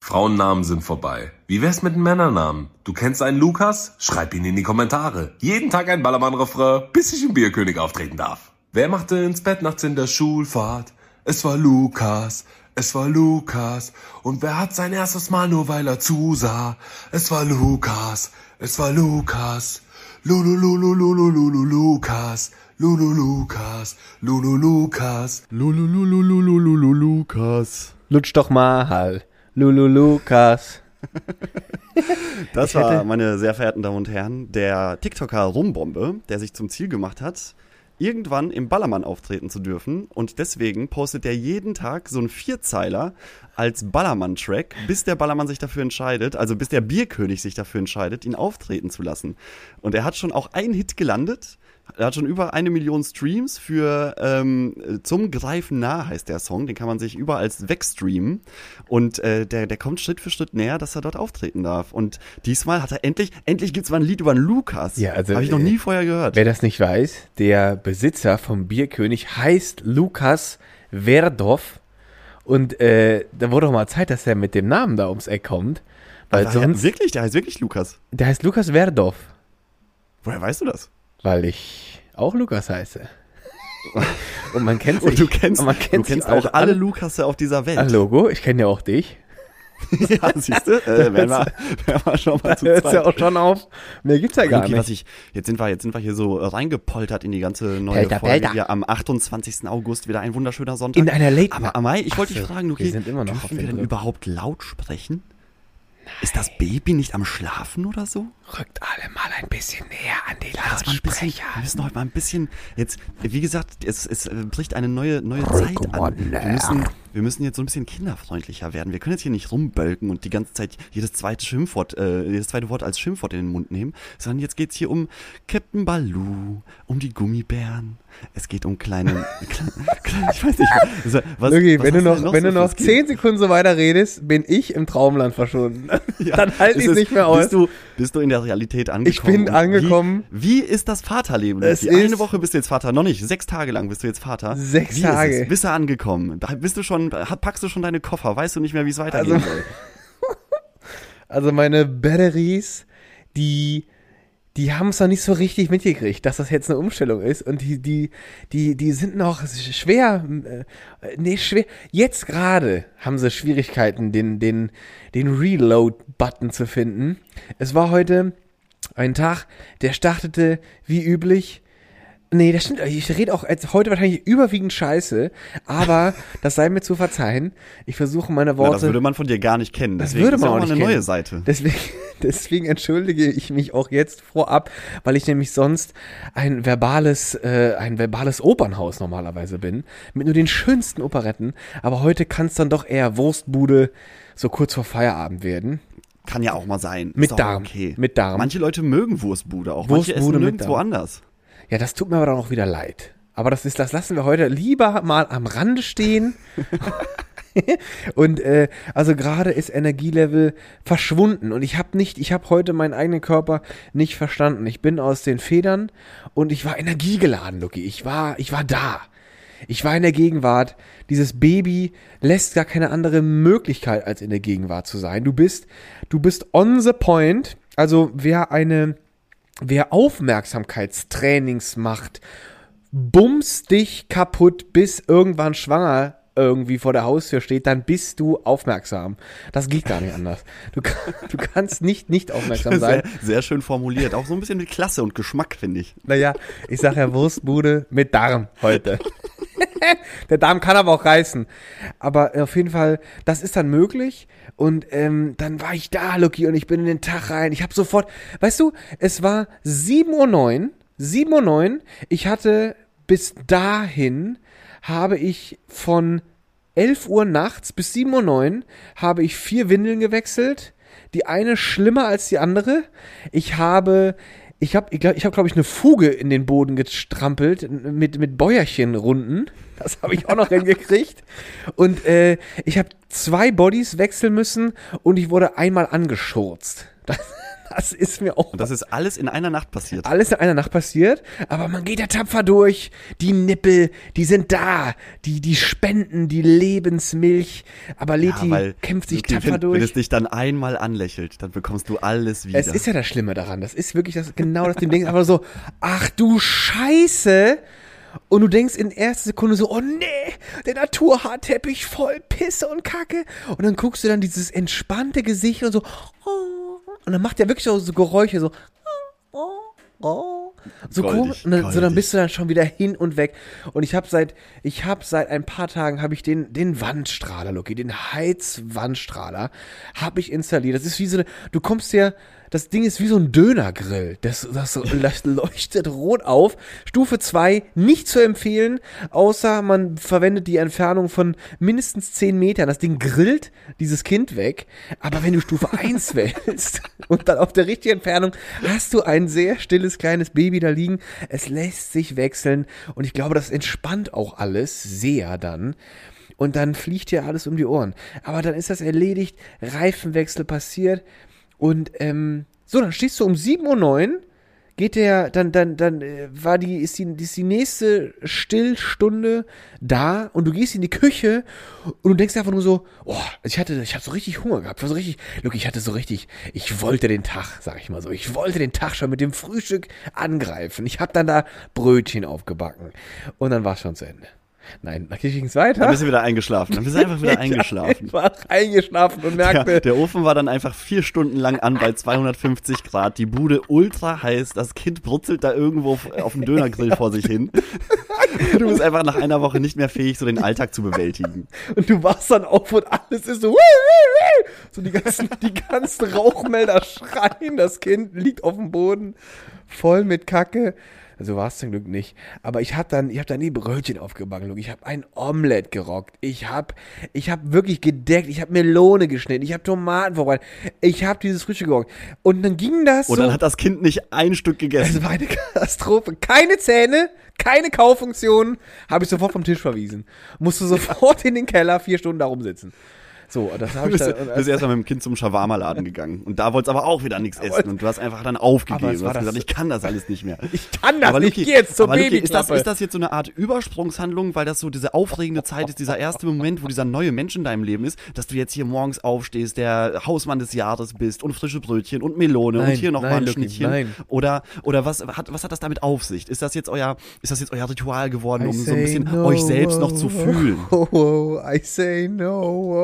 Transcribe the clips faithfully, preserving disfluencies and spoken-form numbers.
Frauennamen sind vorbei. Wie wär's mit den Männernamen? Du kennst einen Lukas? Schreib ihn in die Kommentare. Jeden Tag ein Ballermann-Refrain, bis ich im Bierkönig auftreten darf. Wer machte ins Bett nachts in der Schulfahrt? Es war Lukas, es war Lukas. Und wer hat sein erstes Mal nur weil er zusah? Es war Lukas, es war Lukas. Lulu, Lulu, Lulu, Lulu, Lukas. Lulu, Lukas, Lulu, Lukas. Lulu, Lulu, Lulu, Lulu, Lukas. Lutsch doch mal. Lulu, Lukas. Das war, meine sehr verehrten Damen und Herren, der TikToker Rumbombe, der sich zum Ziel gemacht hat, irgendwann im Ballermann auftreten zu dürfen. Und deswegen postet er jeden Tag so einen Vierzeiler als Ballermann-Track, bis der Ballermann sich dafür entscheidet, also bis der Bierkönig sich dafür entscheidet, ihn auftreten zu lassen. Und er hat schon auch einen Hit gelandet. Er hat schon über eine Million Streams für ähm, Zum Greifen nah heißt der Song. Den kann man sich überall wegstreamen. Und äh, der, der kommt Schritt für Schritt näher, dass er dort auftreten darf. Und diesmal hat er endlich, endlich gibt's mal ein Lied über einen Lukas. Ja, also, habe ich noch nie vorher gehört. Wer das nicht weiß, der Besitzer vom Bierkönig heißt Lukas Werdorf. Und äh, da wurde doch mal Zeit, dass er mit dem Namen da ums Eck kommt. Weil Aber sonst, wirklich? Der heißt wirklich Lukas? Der heißt Lukas Werdorf. Woher weißt du das? Weil ich auch Lukas heiße. Und man kennt sich. Und du kennst, man kennt du kennst auch alle, alle Lukasse auf dieser Welt. Ah, Logo, ich kenne ja auch dich. Ja, siehst du? Äh, werden wir, werden wir schon mal zu zweit. Hört's ja auch schon auf. Mehr gibt's ja gar okay, nicht. Was ich, jetzt sind wir, jetzt sind wir hier so reingepoltert in die ganze neue Pelter, Folge. Pelter. Hier am achtundzwanzigsten August wieder ein wunderschöner Sonntag. In einer Late Aber Amai, ich wollte dich Ach so, fragen, okay, wir sind immer noch auf dürfen dem wir denn Trip. überhaupt laut sprechen? Ist das Baby nicht am Schlafen oder so? Rückt alle mal ein bisschen näher an die Ja, das war ein bisschen, Lautsprecher. wir müssen heute mal ein bisschen, jetzt, wie gesagt, es, es äh, bricht eine neue, neue Zeit an. Wir müssen, wir müssen jetzt so ein bisschen kinderfreundlicher werden. Wir können jetzt hier nicht rumbölken und die ganze Zeit jedes zweite Schimpfwort, äh, jedes zweite Wort als Schimpfwort in den Mund nehmen, sondern jetzt geht's hier um Captain Baloo, um die Gummibären. Es geht um kleine, kleine ich weiß nicht, was, was Luki, was wenn du hast noch, denn wenn so du noch fürs Kind? zehn Sekunden so weiter redest, bin ich im Traumland verschwunden. Ja, Dann halte ich es nicht mehr aus. Bist du, bist du in der Realität angekommen? Ich bin Und angekommen. Wie, wie ist das Vaterleben? Es Luki? Eine ist- Woche bist du jetzt Vater, noch nicht, sechs Tage lang bist du jetzt Vater. Sechs wie Tage. Ist es? Bist du angekommen? Da Bist du schon, packst du schon deine Koffer? Weißt du nicht mehr, wie es weitergehen Also- soll? Also meine Batteries, die, die haben es noch nicht so richtig mitgekriegt, dass das jetzt eine Umstellung ist. Und die, die, die, die sind noch schwer, äh, nee, schwer. Jetzt gerade haben sie Schwierigkeiten, den, den, den Reload-Button zu finden. Es war heute ein Tag, der startete wie üblich. Nee, das stimmt. Ich rede auch als heute wahrscheinlich überwiegend Scheiße, aber das sei mir zu verzeihen. Ich versuche meine Na, Worte. das würde man von dir gar nicht kennen. Das Deswegen würde ist man ja auch mal nicht eine kennen. neue Seite. Deswegen, deswegen entschuldige ich mich auch jetzt vorab, weil ich nämlich sonst ein verbales, äh, ein verbales Opernhaus normalerweise bin, mit nur den schönsten Operetten. Aber heute kann es dann doch eher Wurstbude so kurz vor Feierabend werden. Kann ja auch mal sein. Mit Ist doch Darm. Okay. Mit Darm. Manche Leute mögen Wurstbude auch. Wurstbude Manche essen mit nirgendwo Darm. anders. Ja, das tut mir aber dann auch wieder leid. Aber das ist, das lassen wir heute lieber mal am Rande stehen. Und äh, also gerade ist Energielevel verschwunden und ich habe nicht, ich habe heute meinen eigenen Körper nicht verstanden. Ich bin aus den Federn und ich war energiegeladen, Luki. Ich war, ich war da. Ich war in der Gegenwart. Dieses Baby lässt gar keine andere Möglichkeit, als in der Gegenwart zu sein. Du bist, du bist on the point. Also wer eine Wer Aufmerksamkeitstrainings macht, bums dich kaputt, bis irgendwann schwanger irgendwie vor der Haustür steht, dann bist du aufmerksam. Das geht gar nicht anders. Du, du kannst nicht nicht aufmerksam sein. Sehr, sehr schön formuliert. Auch so ein bisschen mit Klasse und Geschmack, finde ich. Naja, ich sage ja Wurstbude mit Darm heute. Der Darm kann aber auch reißen. Aber auf jeden Fall, das ist dann möglich. Und ähm, dann war ich da, Lucky, und ich bin in den Tag rein. Ich habe sofort, weißt du, es war sieben Uhr neun, sieben Uhr neun. Ich hatte bis dahin, habe ich von elf Uhr nachts bis sieben Uhr neun habe ich vier Windeln gewechselt. Die eine schlimmer als die andere. Ich habe... Ich habe, ich glaube, ich habe, glaube ich, eine Fuge in den Boden gestrampelt mit mit Bäuerchenrunden. Das habe ich auch noch hingekriegt. Und äh, ich habe zwei Bodies wechseln müssen und ich wurde einmal angeschurzt. Das, Das ist mir auch. Und das ist alles in einer Nacht passiert. Alles in einer Nacht passiert, aber man geht ja tapfer durch. Die Nippel, die sind da. Die, die spenden die Lebensmilch. Aber Leti ja, kämpft sich okay, tapfer wenn, durch. Wenn es dich dann einmal anlächelt, dann bekommst du alles wieder. Es ist ja das Schlimme daran. Das ist wirklich das, genau das, dem denkst einfach so, ach du Scheiße. Und du denkst in erster Sekunde so, oh nee, der Naturhaarteppich voll Pisse und Kacke. Und dann guckst du dann dieses entspannte Gesicht und so, oh. Und dann macht der wirklich so, so Geräusche, so, oh, oh. So goldig, komisch. Und dann, so, dann goldig. bist du dann schon wieder hin und weg. Und ich habe seit, ich habe seit ein paar Tagen habe ich den, den Wandstrahler, Lucky, den Heizwandstrahler, habe ich installiert. Das ist wie so eine, du kommst ja, das Ding ist wie so ein Dönergrill. Das, das, das leuchtet rot auf. Stufe zwei, nicht zu empfehlen, außer man verwendet die Entfernung von mindestens zehn Metern. Das Ding grillt dieses Kind weg. Aber wenn du Stufe eins wählst und dann auf der richtigen Entfernung, hast du ein sehr stilles kleines Baby da liegen. Es lässt sich wechseln und ich glaube, das entspannt auch alles sehr dann. Und dann fliegt dir alles um die Ohren. Aber dann ist das erledigt, Reifenwechsel passiert. Und ähm, so, dann stehst du um sieben Uhr neun, geht der, dann, dann, dann äh, war die, ist die, ist die nächste Stillstunde da und du gehst in die Küche und du denkst einfach nur so, oh, ich hatte, ich hatte so richtig Hunger gehabt, war so richtig, look, ich hatte so richtig, ich wollte den Tag, sag ich mal so, ich wollte den Tag schon mit dem Frühstück angreifen. Ich hab dann da Brötchen aufgebacken und dann war es schon zu Ende. Nein, dann ging es weiter. Dann bist du wieder eingeschlafen. Dann bist du einfach wieder eingeschlafen. Einfach eingeschlafen und merkte. Der, der Ofen war dann einfach vier Stunden lang an bei zweihundertfünfzig Grad. Die Bude ultra heiß. Das Kind brutzelt da irgendwo auf, auf dem Dönergrill vor sich hin. Du bist einfach nach einer Woche nicht mehr fähig, so den Alltag zu bewältigen. Und du wachst dann auf und alles ist so. So die ganzen, die ganzen Rauchmelder schreien. Das Kind liegt auf dem Boden, voll mit Kacke. Also war es zum Glück nicht. Aber ich habe dann, ich habe dann die Brötchen aufgebacken. Ich habe ein Omelett gerockt. Ich habe, ich habe wirklich gedeckt. Ich habe Melone geschnitten. Ich habe Tomaten vorbereitet. Ich habe dieses Frühstück gerockt. Und dann ging das Und so. dann hat das Kind nicht ein Stück gegessen. Es war eine Katastrophe. Keine Zähne, keine Kaufunktion. Habe ich sofort vom Tisch verwiesen. Musste sofort in den Keller vier Stunden da rumsitzen. So, das habe ich Du dann. bist, bist erstmal mit dem Kind zum Shawarma-Laden gegangen. Und da wolltest du aber auch wieder nichts essen. Und du hast einfach dann aufgegeben. Du hast gesagt, ich kann das alles nicht mehr. Ich kann das aber nicht. Luki, Ich gehe jetzt zur aber Luki, ist das, Babyklappe. ist das jetzt so eine Art Übersprungshandlung, weil das so diese aufregende Zeit ist, dieser erste Moment, wo dieser neue Mensch in deinem Leben ist, dass du jetzt hier morgens aufstehst, der Hausmann des Jahres bist und frische Brötchen und Melone Nein, und hier noch nein, mal ein Luki, Schnittchen. nein. Oder, oder was hat, was hat das damit auf sich? Ist das jetzt euer, ist das jetzt euer Ritual geworden, um I so ein bisschen say no, euch selbst oh, noch zu fühlen? Oh, oh, I say no,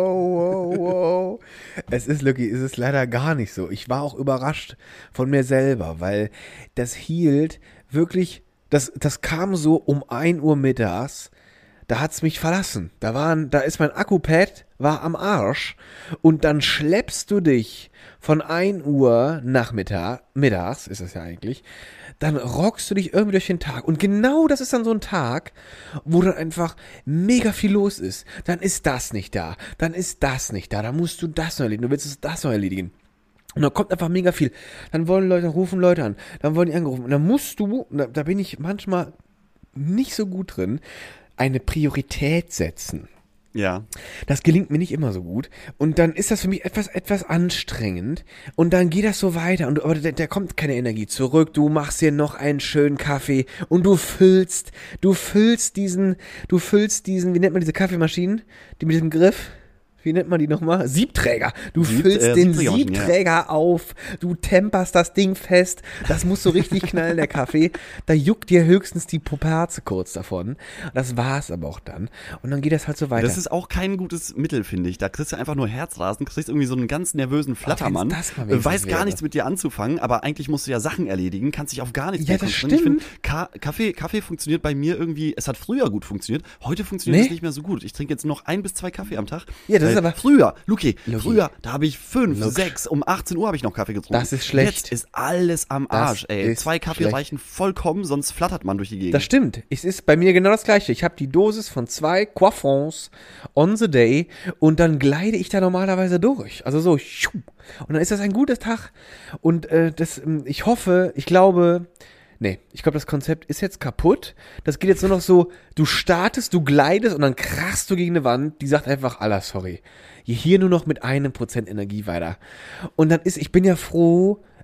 oh, oh, oh. Es ist, Lucky, es ist leider gar nicht so. Ich war auch überrascht von mir selber, weil das hielt wirklich, das, das kam so um ein Uhr mittags, da hat's mich verlassen. Da waren, da ist mein Akkupad, war am Arsch und dann schleppst du dich von ein Uhr Nachmittag, mittags ist es ja eigentlich, dann rockst du dich irgendwie durch den Tag. Und genau das ist dann so ein Tag, wo dann einfach mega viel los ist. Dann ist das nicht da, dann ist das nicht da, dann musst du das noch erledigen, du willst das noch erledigen. Und dann kommt einfach mega viel. Dann wollen Leute, dann rufen Leute an, dann wollen die angerufen. Und dann musst du, da, da bin ich manchmal nicht so gut drin, eine Priorität setzen. Ja. Das gelingt mir nicht immer so gut. Und dann ist das für mich etwas, etwas anstrengend. Und dann geht das so weiter. Und, aber da, da kommt keine Energie zurück. Du machst dir noch einen schönen Kaffee und du füllst, du füllst diesen, du füllst diesen, wie nennt man diese Kaffeemaschinen? Die mit diesem Griff? Wie nennt man die nochmal? Siebträger. Du Sieb, füllst äh, den Siebträger, Siebträger ja. auf. Du temperst das Ding fest. Das muss so richtig knallen, der Kaffee. Da juckt dir höchstens die Poperze kurz davon. Das war's aber auch dann. Und dann geht das halt so weiter. Das ist auch kein gutes Mittel, finde ich. Da kriegst du einfach nur Herzrasen, kriegst irgendwie so einen ganz nervösen Flattermann, das mal wenigstens weiß gar wäre. nichts mit dir anzufangen, aber eigentlich musst du ja Sachen erledigen, kannst dich auf gar nichts Ja, mehr das konzentrieren. Ich stimmt. finde, Ka- Kaffee, Kaffee funktioniert bei mir irgendwie, es hat früher gut funktioniert, heute funktioniert Nee. es nicht mehr so gut. Ich trinke jetzt noch ein bis zwei Kaffee am Tag. Ja, das Weil ist aber- Früher, Luki, Luki. früher, da habe ich fünf, Lux. sechs, um achtzehn Uhr habe ich noch Kaffee getrunken. Das ist schlecht. Jetzt ist alles am Das Arsch, ey. ist Zwei Kaffee schlecht. reichen vollkommen, sonst flattert man durch die Gegend. Das stimmt. Es ist bei mir genau das Gleiche. Ich habe die Dosis von zwei Coiffons on the day und dann gleite ich da normalerweise durch. Also so, schuh. Und dann ist das ein guter Tag. Und äh, das, ähm, ich hoffe, ich glaube, nee, ich glaube, das Konzept ist jetzt kaputt. Das geht jetzt nur noch so, du startest, du gleitest und dann krachst du gegen eine Wand, die sagt einfach, Allah, sorry. Hier nur noch mit einem Prozent Energie weiter. Und dann ist, ich bin ja froh,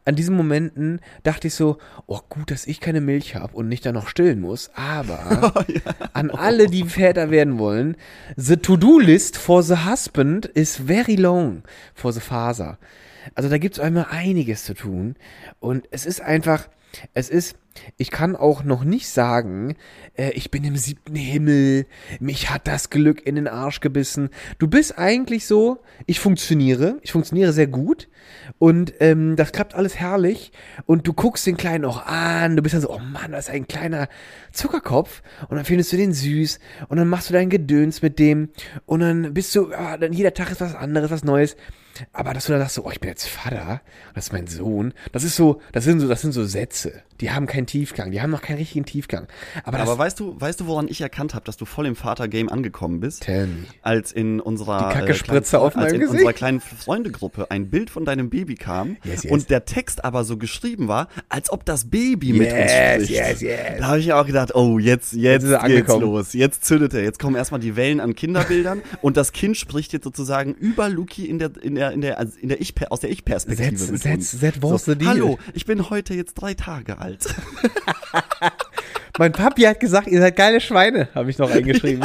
an diesen Momenten dachte ich so, oh gut, dass ich keine Milch habe und nicht dann noch stillen muss, aber oh, ja. an alle, die Väter werden wollen, the to-do-list for the husband is very long for the father. Also da gibt es einmal einiges zu tun und es ist einfach, es ist, ich kann auch noch nicht sagen, äh, ich bin im siebten Himmel, mich hat das Glück in den Arsch gebissen. Du bist eigentlich so, ich funktioniere, ich funktioniere sehr gut und ähm, das klappt alles herrlich und du guckst den Kleinen auch an, du bist dann so, oh Mann, das ist ein kleiner Zuckerkopf und dann findest du den süß und dann machst du dein Gedöns mit dem und dann bist du, ah, dann jeder Tag ist was anderes, was Neues. Aber dass du dann sagst so, oh, ich bin jetzt Vater, das ist mein Sohn, das ist so, das sind so, das sind so Sätze, die haben keinen Tiefgang, die haben noch keinen richtigen Tiefgang. Aber, Aber weißt du, weißt du, woran ich erkannt habe, dass du voll im Vater-Game angekommen bist? Tell me. Als in unserer die Kackespritze äh, auf als meinem in Gesicht. unserer kleinen Freundegruppe ein Bild von deinem Baby kam yes, yes. und der Text aber so geschrieben war, als ob das Baby yes, mit uns spricht. Yes, yes. Da habe ich auch gedacht, oh, jetzt, jetzt, jetzt geht's los, jetzt zündet er, jetzt kommen erstmal die Wellen an Kinderbildern und das Kind spricht jetzt sozusagen über Luki in der, in der, in der, also in der Ich, aus der Ich-Perspektive That's, mit that's, uns. that was so, the deal. Hallo, ich bin heute jetzt drei Tage alt. Mein Papi hat gesagt, ihr seid geile Schweine, habe ich noch eingeschrieben.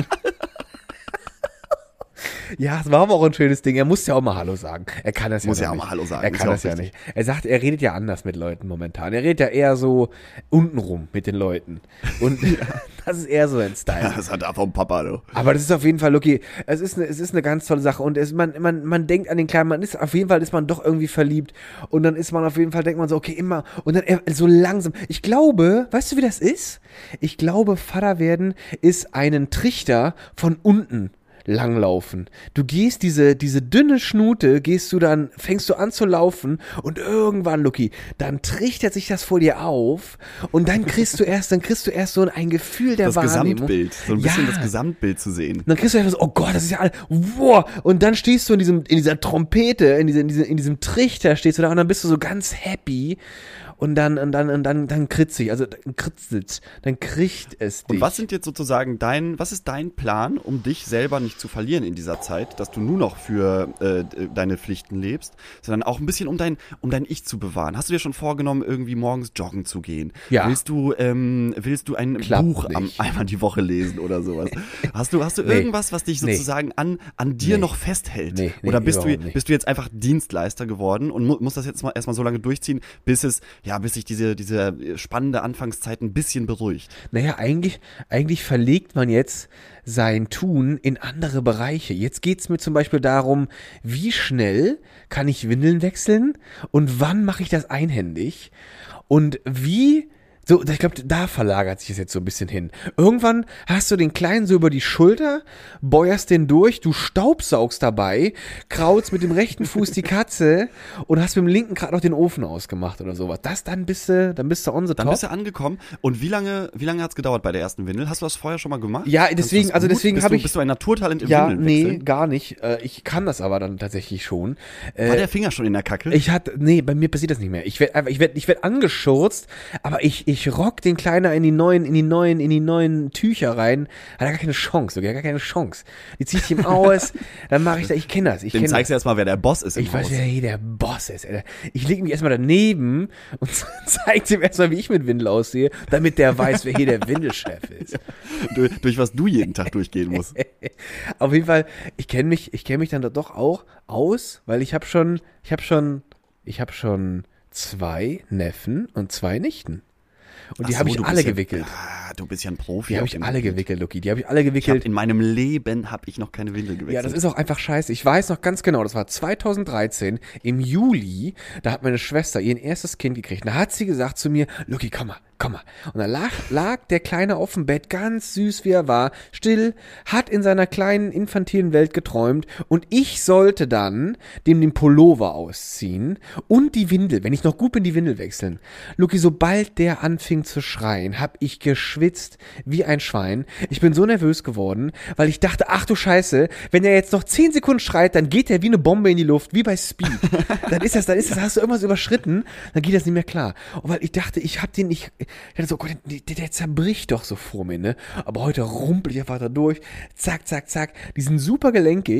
Ja, es war aber auch ein schönes Ding. Er muss ja auch mal Hallo sagen. Er kann das ja Muss ja ja auch nicht. mal Hallo sagen. Er kann das ja nicht. Er sagt, er redet ja anders mit Leuten momentan. Er redet ja eher so untenrum mit den Leuten. Und das ist eher so ein Style. Ja, das hat er vom Papa, du. Aber das ist auf jeden Fall, okay, es ist eine, es ist eine ganz tolle Sache. Und es, man, man, man denkt an den Kleinen, man ist, auf jeden Fall ist man doch irgendwie verliebt. Und dann ist man auf jeden Fall, denkt man so, okay, immer. Und dann so langsam. Ich glaube, weißt du, wie das ist? Ich glaube, Vater werden ist einen Trichter von unten langlaufen. Du gehst diese, diese dünne Schnute, gehst du dann, fängst du an zu laufen und irgendwann, Lucky, dann trichtert sich das vor dir auf und dann kriegst du erst, dann kriegst du erst so ein Gefühl der das Wahrnehmung. Das Gesamtbild, so ein bisschen ja. das Gesamtbild zu sehen. Dann kriegst du einfach so, oh Gott, das ist ja alles, wow, und dann stehst du in diesem, in dieser Trompete, in, diese, in, diese, in diesem Trichter stehst du da und dann bist du so ganz happy. Und dann, und dann, und dann, dann kritzig, also dann kritzelt, dann kriegt es dich. Und was sind jetzt sozusagen dein, was ist dein Plan, um dich selber nicht zu verlieren in dieser Zeit, dass du nur noch für äh, deine Pflichten lebst, sondern auch ein bisschen um dein, um dein Ich zu bewahren? Hast du dir schon vorgenommen, irgendwie morgens joggen zu gehen? Ja. Willst du, ähm, willst du ein Klappt Buch am, einmal die Woche lesen oder sowas? Hast du, hast du Nee. irgendwas, was dich sozusagen Nee. an, an dir Nee. noch festhält? Nee, nee, oder bist du, überhaupt nicht. bist du jetzt einfach Dienstleister geworden und mu musst das jetzt mal erstmal so lange durchziehen, bis es, ja, bis sich diese, diese spannende Anfangszeit ein bisschen beruhigt? Naja, eigentlich, eigentlich verlegt man jetzt sein Tun in andere Bereiche. Jetzt geht's mir zum Beispiel darum, wie schnell kann ich Windeln wechseln und wann mache ich das einhändig und wie... So, ich glaube, da verlagert sich es jetzt so ein bisschen hin. Irgendwann hast du den Kleinen so über die Schulter, bäuerst den durch, du staubsaugst dabei, kraulst mit dem rechten Fuß die Katze und hast mit dem linken gerade noch den Ofen ausgemacht oder sowas. Das, dann bist du, dann bist du on the top. Dann bist du angekommen. Und wie lange, wie lange hat's gedauert bei der ersten Windel? Hast du das vorher schon mal gemacht? Ja, Kannst du deswegen, das also gut? deswegen Bist habe du- ich- Bist du ein Naturtalent im Ja, Windeln nee, wechseln? gar nicht. Äh, Ich kann das aber dann tatsächlich schon. Äh, War der Finger schon in der Kacke? Ich hatte, nee, bei mir passiert das nicht mehr. Ich werde einfach, ich werde, ich werde angeschurzt, aber ich, ich rock den Kleiner in die neuen, in die neuen, in die neuen Tücher rein. Hat er gar keine Chance, okay, gar keine Chance. Die ziehe ich ihm aus, dann mache ich da, ich kenne das, ich Dem kenne zeigst du das. erstmal, wer der Boss ist im Ich weiß, Haus. wer hier der Boss ist, Alter. Ich lege mich erstmal daneben und zeige ihm erstmal, wie ich mit Windel aussehe, damit der weiß, wer hier der Windelchef ist. durch, durch was du jeden Tag durchgehen musst. Auf jeden Fall, ich kenne mich, ich kenne mich dann doch auch aus, weil ich habe schon, ich habe schon, ich habe schon zwei Neffen und zwei Nichten. Und die Ach habe so, ich du alle bist ja- gewickelt. Ah, du bist ja ein Profi. Die habe auf ich dem alle Gebiet. gewickelt, Luki. Die habe ich alle Ich hab, gewickelt. in meinem Leben habe ich noch keine Windel gewechselt. Ja, das ist auch einfach scheiße. Ich weiß noch ganz genau, das war zweitausenddreizehn im Juli, da hat meine Schwester ihr erstes Kind gekriegt. Da hat sie gesagt zu mir, Luki, komm mal, komm mal. Und dann lag, lag der Kleine auf dem Bett, ganz süß wie er war, still, hat in seiner kleinen infantilen Welt geträumt und ich sollte dann dem den Pullover ausziehen und die Windel, wenn ich noch gut bin, die Windel wechseln. Luki, sobald der anfing zu schreien, hab ich geschwitzt wie ein Schwein. Ich bin so nervös geworden, weil ich dachte, ach du Scheiße, wenn er jetzt noch zehn Sekunden schreit, dann geht er wie eine Bombe in die Luft, wie bei Speed. Dann ist das, dann ist das, hast du irgendwas überschritten, dann geht das nicht mehr klar. Und weil ich dachte, ich hab den nicht, ich dachte so, oh Gott, der, der zerbricht doch so vor mir, ne? Aber heute rumpel ich einfach da durch, zack, zack, zack. Die sind super gelenkig.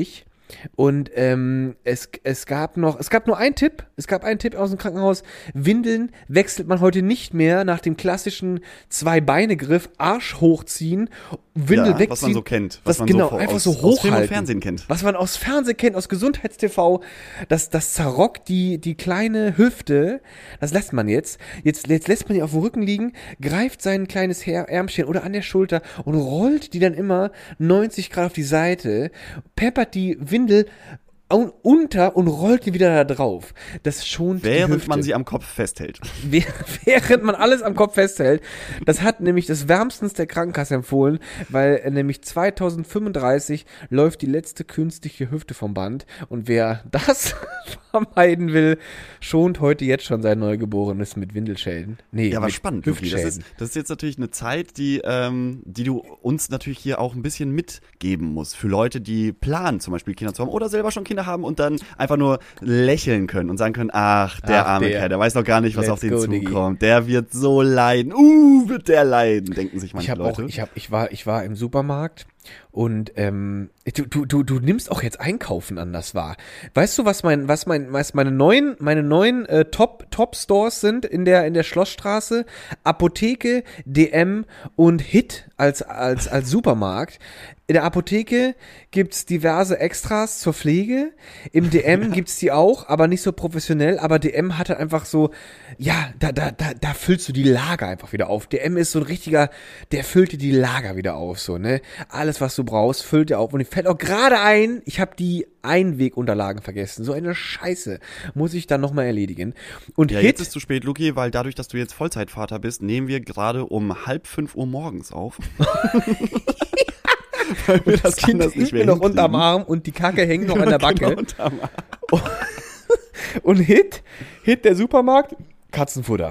Und ähm, es, es gab noch, es gab nur einen Tipp, es gab einen Tipp aus dem Krankenhaus. Windeln wechselt man heute nicht mehr nach dem klassischen Zwei-Beine-Griff, Arsch hochziehen, Windel ja, wegziehen. Was man so kennt. Was das, man genau, so einfach aus, so hochhalten. aus Film und Fernsehen kennt. Was man aus Fernsehen kennt, aus Gesundheitstv. Das, das zerrockt die, die kleine Hüfte. Das lässt man jetzt. jetzt. Jetzt lässt man die auf dem Rücken liegen, greift sein kleines Her- Ärmchen oder an der Schulter und rollt die dann immer neunzig Grad auf die Seite, peppert die Windel un- unter und rollt die wieder da drauf. Das schont die Während Hüfte. man sie am Kopf festhält. Während man alles am Kopf festhält. Das hat nämlich das wärmstens der Krankenkasse empfohlen, weil äh, nämlich zweitausendfünfunddreißig läuft die letzte künstliche Hüfte vom Band. Und wer das vermeiden will, schont heute jetzt schon sein Neugeborenes mit Windelschäden. Nee, Ja, aber mit spannend, Luki. Das ist, das ist jetzt natürlich eine Zeit, die, ähm, die du uns natürlich hier auch ein bisschen mitgeben musst. Für Leute, die planen, zum Beispiel Kinder zu haben oder selber schon Kinder haben und dann einfach nur lächeln können und sagen können, ach, der Ach, arme der. Kerl, der weiß noch gar nicht, was Let's auf den go, zukommt. Diggi. Der wird so leiden. Uh, wird der leiden, denken sich manche Ich habe auch, Leute. ich habe, ich war, ich war im Supermarkt und ähm, du, du, du, du nimmst auch jetzt Einkaufen anders wahr. Weißt du, was mein, was mein, was meine neuen, meine neuen äh, Top, Top Stores sind in der, in der Schlossstraße? Apotheke, D M und Hit als, als, als Supermarkt. In der Apotheke gibt's diverse Extras zur Pflege. Im D M gibt's die auch, aber nicht so professionell. Aber D M hatte einfach so, ja, da, da, da, da füllst du die Lager einfach wieder auf. D M ist so ein richtiger, der füllt dir die Lager wieder auf, so, ne? Alles, was du brauchst, füllt dir auf. Und mir fällt auch gerade ein, ich habe die Einwegunterlagen vergessen. So eine Scheiße. Muss ich dann nochmal erledigen. Und Ja, Hit, jetzt ist zu spät, Luki, weil dadurch, dass du jetzt Vollzeitvater bist, nehmen wir gerade um halb fünf Uhr morgens auf. Weil wir das Kind anders hängt mir noch unterm Arm und die Kacke hängt noch an der Backe. Genau, unterm Arm. Und Hit, Hit der Supermarkt, Katzenfutter.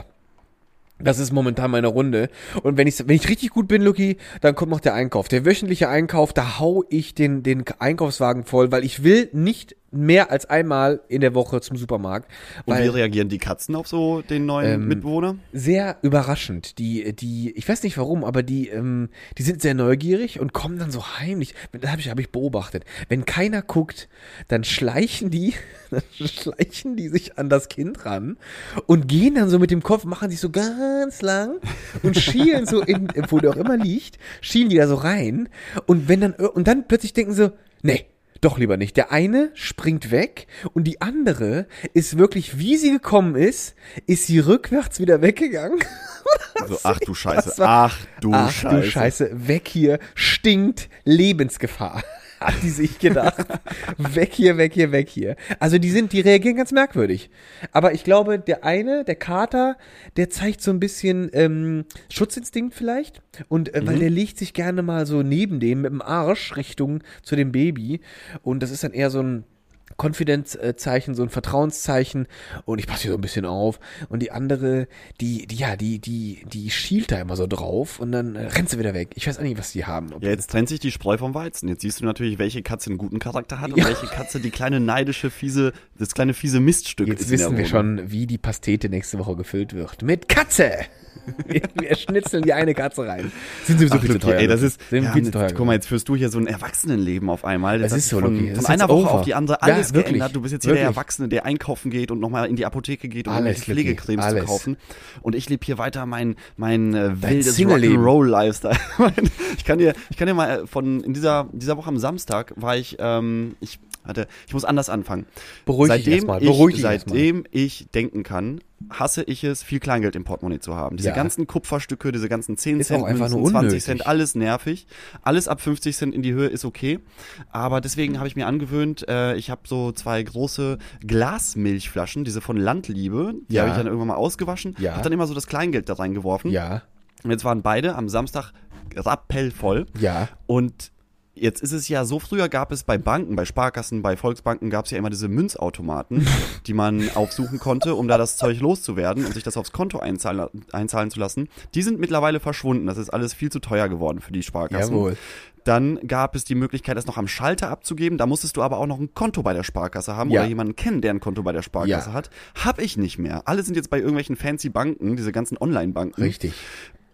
Das ist momentan meine Runde. Und wenn ich, wenn ich richtig gut bin, Luki, dann kommt noch der Einkauf. Der wöchentliche Einkauf, da hau ich den, den Einkaufswagen voll, weil ich will nicht mehr als einmal in der Woche zum Supermarkt. Und Weil wie reagieren die Katzen auf so den neuen Ähm, Mitbewohner? sehr überraschend. Die, die, ich weiß nicht warum, aber die, ähm, die sind sehr neugierig und kommen dann so heimlich. Das habe ich, hab ich beobachtet. Wenn keiner guckt, dann schleichen die, dann schleichen die sich an das Kind ran und gehen dann so mit dem Kopf, machen sich so ganz lang und schielen so in, wo der auch immer liegt, schielen die da so rein und wenn dann, und dann plötzlich denken sie, nee, doch lieber nicht. Der eine springt weg und die andere ist wirklich, wie sie gekommen ist, ist sie rückwärts wieder weggegangen. So, ach du Scheiße, Das war- ach du Ach Scheiße. du Scheiße, weg hier, stinkt Lebensgefahr. Hat die sich gedacht. Weg hier, weg hier, weg hier. Also die sind, die reagieren ganz merkwürdig. Aber ich glaube, der eine, der Kater, der zeigt so ein bisschen ähm, Schutzinstinkt vielleicht. Und äh, weil der legt sich gerne mal so neben dem mit dem Arsch Richtung zu dem Baby. Und das ist dann eher so ein Konfidenzzeichen, so ein Vertrauenszeichen und ich passe hier so ein bisschen auf und die andere, die, die, ja, die, die, die schielt da immer so drauf und dann äh, rennt sie wieder weg. Ich weiß auch nicht, was die haben. Ob Ja, jetzt trennt sich die Spreu vom Weizen. Jetzt siehst du natürlich, welche Katze einen guten Charakter hat und Ja. welche Katze die kleine neidische, fiese, das kleine fiese Miststück Jetzt ist in der wissen wir Wohnung. schon, wie die Pastete nächste Woche gefüllt wird. Mit Katze! Wir, wir schnitzeln die eine Katze rein. Sind sowieso Ach, viel zu Luki, teuer. ey, das ist, Sind ja, viel zu teuer. guck mal, jetzt führst du hier so ein Erwachsenenleben auf einmal. Es hat ist sich so, von, Luki, es von ist einer jetzt Woche over. auf die andere Ja, alles wirklich, geändert. Du bist jetzt hier der wirklich. Erwachsene, der einkaufen geht und nochmal in die Apotheke geht, um Alles, irgendwelche Luki, Pflegecremes alles. zu kaufen. Und ich lebe hier weiter mein, mein äh, Dein wildes Single-Leben. Rock'n'Roll-Lifestyle. ich kann dir, ich kann dir mal äh, von, in dieser, dieser Woche am Samstag war ich, ähm, ich, warte, ich muss anders anfangen. Beruhig dich seitdem erstmal, ich, beruhig dich erstmal. seitdem ich denken kann, hasse ich es, viel Kleingeld im Portemonnaie zu haben. Diese Ja. ganzen Kupferstücke, diese ganzen zehn Ist Cent, auch einfach nur Münzen, zwanzig unnötig. Cent, alles nervig. Alles ab fünfzig Cent in die Höhe ist okay. Aber deswegen habe ich mir angewöhnt, äh, ich habe so zwei große Glasmilchflaschen, diese von Landliebe, die Ja. habe ich dann irgendwann mal ausgewaschen, Ja. habe dann immer so das Kleingeld da reingeworfen. Ja, Und jetzt waren beide am Samstag rappellvoll. ja. Und jetzt ist es ja so, früher gab es bei Banken, bei Sparkassen, bei Volksbanken gab es ja immer diese Münzautomaten, die man aufsuchen konnte, um da das Zeug loszuwerden und sich das aufs Konto einzahlen, einzahlen zu lassen. Die sind mittlerweile verschwunden. Das ist alles viel zu teuer geworden für die Sparkassen. Jawohl. Dann gab es die Möglichkeit, das noch am Schalter abzugeben. Da musstest du aber auch noch ein Konto bei der Sparkasse haben Ja. oder jemanden kennen, der ein Konto bei der Sparkasse Ja. hat. Hab ich nicht mehr. Alle sind jetzt bei irgendwelchen fancy Banken, diese ganzen Online-Banken. Richtig.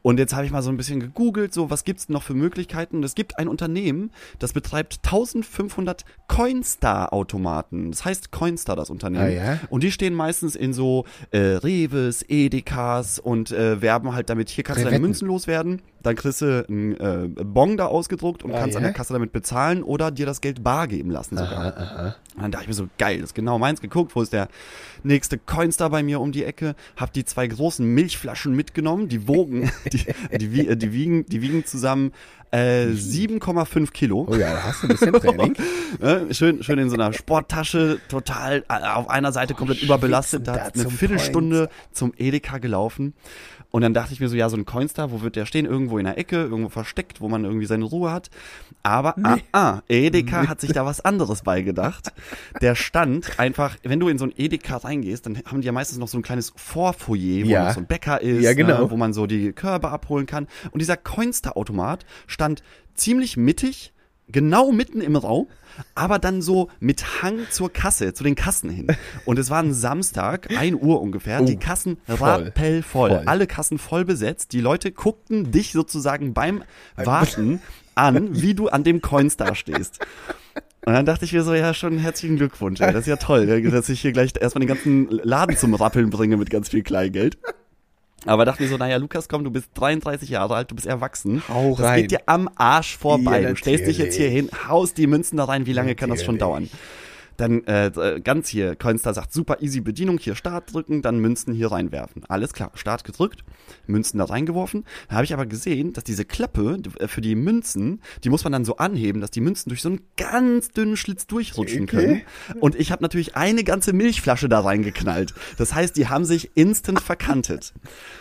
Und jetzt habe ich mal so ein bisschen gegoogelt, so was gibt's denn noch für Möglichkeiten? Und es gibt ein Unternehmen, das betreibt eintausendfünfhundert Coinstar-Automaten. Das heißt Coinstar, das Unternehmen. Ah, ja? Und die stehen meistens in so äh, Reves, Edekas und äh, werben halt damit, hier kannst du deine Rewetten. Münzen loswerden. Dann kriegst du einen äh, Bon da ausgedruckt und Ah, kannst ja? an der Kasse damit bezahlen oder dir das Geld bar geben lassen sogar. Aha, aha. Und dann dachte ich mir so, geil, das ist genau meins. Geguckt, wo ist der nächste Coinstar bei mir um die Ecke. Hab die zwei großen Milchflaschen mitgenommen, die wogen, die, die, wie- die, wiegen, die wiegen zusammen äh, sieben Komma fünf Kilo. Oh ja, da hast du ein bisschen Training. Ja, schön, schön in so einer Sporttasche, total äh, auf einer Seite komplett schwitzen überbelastet, da da eine zum Viertelstunde zum Edeka gelaufen. Und dann dachte ich mir so, ja, so ein Coinstar, wo wird der stehen? Irgendwo in der Ecke, irgendwo versteckt, wo man irgendwie seine Ruhe hat. Aber, ah, ah, Edeka hat sich da was anderes beigedacht. Der stand einfach, wenn du in so ein Edeka reingehst, dann haben die ja meistens noch so ein kleines Vorfoyer, wo Ja. noch so ein Bäcker ist, Ja, genau. ne, wo man so die Körbe abholen kann. Und dieser Coinstar-Automat stand ziemlich mittig, genau mitten im Raum, aber dann so mit Hang zur Kasse, zu den Kassen hin. Und es war ein Samstag, ein Uhr ungefähr, Oh, die Kassen voll. rappelvoll, Voll. alle Kassen voll besetzt. Die Leute guckten dich sozusagen beim Warten an, wie du an dem Coinstar stehst. Und dann dachte ich mir so, ja, schon herzlichen Glückwunsch, ey. Das ist ja toll, dass ich hier gleich erstmal den ganzen Laden zum Rappeln bringe mit ganz viel Kleingeld. Aber dachte mir so, naja, Lukas, komm, du bist dreiunddreißig Jahre alt, du bist erwachsen. Hau das rein. geht dir am Arsch vorbei. Ja, du stellst dich jetzt hier hin, haust die Münzen da rein, wie lange kann das schon dauern? Natürlich. Dann äh, ganz hier, Coinstar sagt, super easy Bedienung, hier Start drücken, dann Münzen hier reinwerfen. Alles klar, Start gedrückt, Münzen da reingeworfen. Da habe ich aber gesehen, dass diese Klappe äh, für die Münzen, die muss man dann so anheben, dass die Münzen durch so einen ganz dünnen Schlitz durchrutschen Okay. können. Und ich habe natürlich eine ganze Milchflasche da reingeknallt. Das heißt, die haben sich instant verkantet.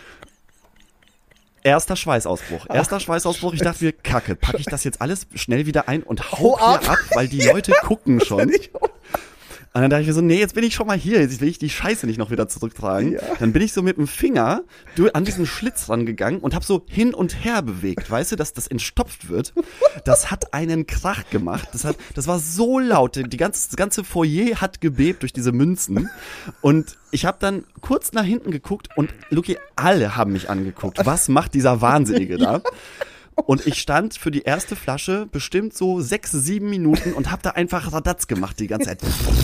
Erster Schweißausbruch. Erster Schweißausbruch. Ich dachte mir, Kacke, packe ich das jetzt alles schnell wieder ein und hau Hau hier ab, weil die Leute gucken schon. Und dann dachte ich mir so, nee, jetzt bin ich schon mal hier, jetzt will ich die Scheiße nicht noch wieder zurücktragen. Ja. Dann bin ich so mit dem Finger du- an diesen Schlitz rangegangen und habe so hin und her bewegt, weißt du, dass das entstopft wird. Das hat einen Krach gemacht. Das hat, das war so laut. Die ganze, das ganze Foyer hat gebebt durch diese Münzen. Und ich habe dann kurz nach hinten geguckt und Luki, alle haben mich angeguckt. Was macht dieser Wahnsinnige da? Und ich stand für die erste Flasche bestimmt so sechs, sieben Minuten und hab da einfach Radatz gemacht die ganze Zeit.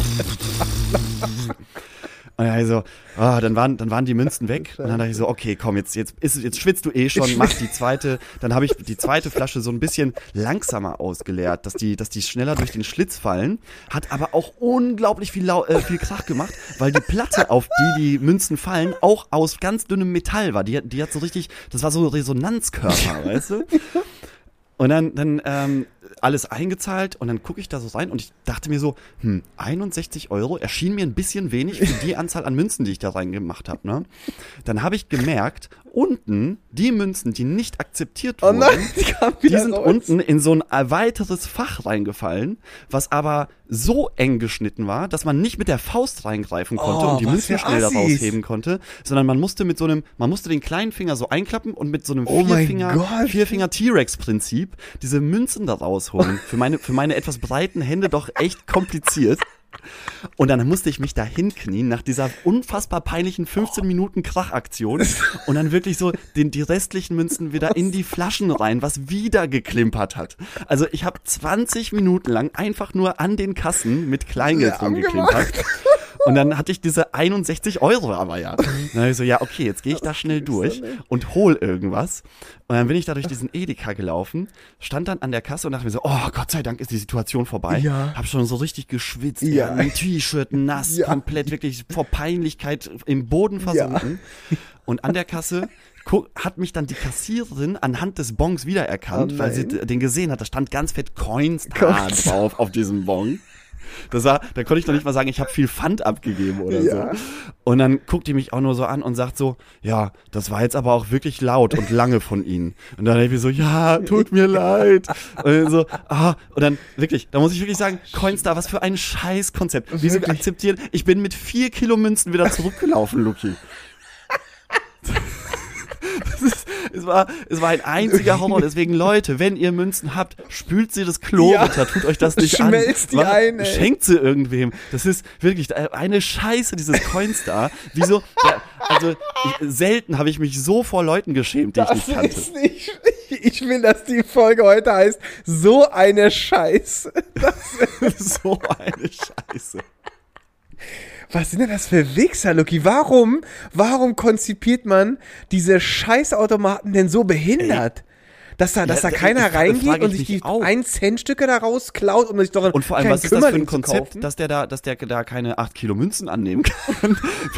Und also, ah, dann waren, dann waren die Münzen weg. Und dann dachte ich so, okay, komm, jetzt, jetzt ist, jetzt schwitzt du eh schon, mach die zweite. Dann habe ich die zweite Flasche so ein bisschen langsamer ausgeleert, dass die, dass die schneller durch den Schlitz fallen. Hat aber auch unglaublich viel, lau äh, viel Krach gemacht, weil die Platte, auf die die Münzen fallen, auch aus ganz dünnem Metall war. Die, hat- die hat so richtig, das war so Resonanzkörper, weißt du? Und dann, dann ähm, alles eingezahlt und dann gucke ich da so rein und ich dachte mir so, hm, einundsechzig Euro erschien mir ein bisschen wenig für die Anzahl an Münzen, die ich da reingemacht habe. Ne? Dann habe ich gemerkt, unten die Münzen, die nicht akzeptiert Oh wurden, nein, die kam die wieder sind raus. unten in so ein weiteres Fach reingefallen, was aber so eng geschnitten war, dass man nicht mit der Faust reingreifen konnte Oh, und die was Münzen für schnell da Assis. rausheben konnte, sondern man musste mit so einem, man musste den kleinen Finger so einklappen und mit so einem Oh mein Vierfinger, Gott. Vierfinger T-Rex-Prinzip diese Münzen da rausholen. Für meine, für meine etwas breiten Hände doch echt kompliziert. Und dann musste ich mich da hinknien nach dieser unfassbar peinlichen fünfzehn Minuten Krachaktion und dann wirklich so den, die restlichen Münzen wieder in die Flaschen rein, was wieder geklimpert hat. Also ich habe zwanzig Minuten lang einfach nur an den Kassen mit Kleingeld Ja, rumgeklimpert. Und dann hatte ich diese einundsechzig Euro aber ja. Dann habe ich so, ja okay, jetzt gehe ich da schnell durch und hol irgendwas. Und dann bin ich da durch diesen Edeka gelaufen, stand dann an der Kasse und dachte mir so, oh Gott sei Dank ist die Situation vorbei. Ja. Hab schon so richtig geschwitzt, Ja. ja. Ein T-Shirt nass, Ja. komplett wirklich vor Peinlichkeit im Boden versunken. Und an der Kasse gu- hat mich dann die Kassiererin anhand des Bons wiedererkannt, Oh weil sie nein. d- den gesehen hat, da stand ganz fett Coinstar drauf auf diesem Bon. Das war, da konnte ich noch nicht mal sagen, ich habe viel Pfand abgegeben oder Ja. so. Und dann guckt die mich auch nur so an und sagt so, ja, das war jetzt aber auch wirklich laut und lange von Ihnen. Und dann habe ich so, ja, tut mir leid. Und dann so, ah, und dann wirklich, da muss ich wirklich sagen, Coinstar, was für ein Scheißkonzept. Wie sie Wirklich? akzeptieren, ich bin mit vier Kilo Münzen wieder zurückgelaufen, Luki. Das ist, es war, es war ein einziger Horror. Deswegen, Leute, wenn ihr Münzen habt, spült sie das Klo Ja. runter, tut euch das nicht an. Schmelzt die Macht- ein, ey. Schenkt sie irgendwem. Das ist wirklich eine Scheiße, dieses Coinstar. Wieso? Der, Also ich, selten habe ich mich so vor Leuten geschämt, die das ich nicht kannte. Ist nicht, ich will, dass die Folge heute heißt, so eine Scheiße. So eine Scheiße. Was sind denn das für Wichser, Luki? Warum, warum konzipiert man diese Scheißautomaten denn so behindert? Ey. Dass da, dass ja, da keiner ich, reingeht und sich die ein Cent Stücke da rausklaut, um sich doch ein Und vor allem, was ist das für ein Konzept, dass der da, dass der da keine acht Kilo Münzen annehmen kann?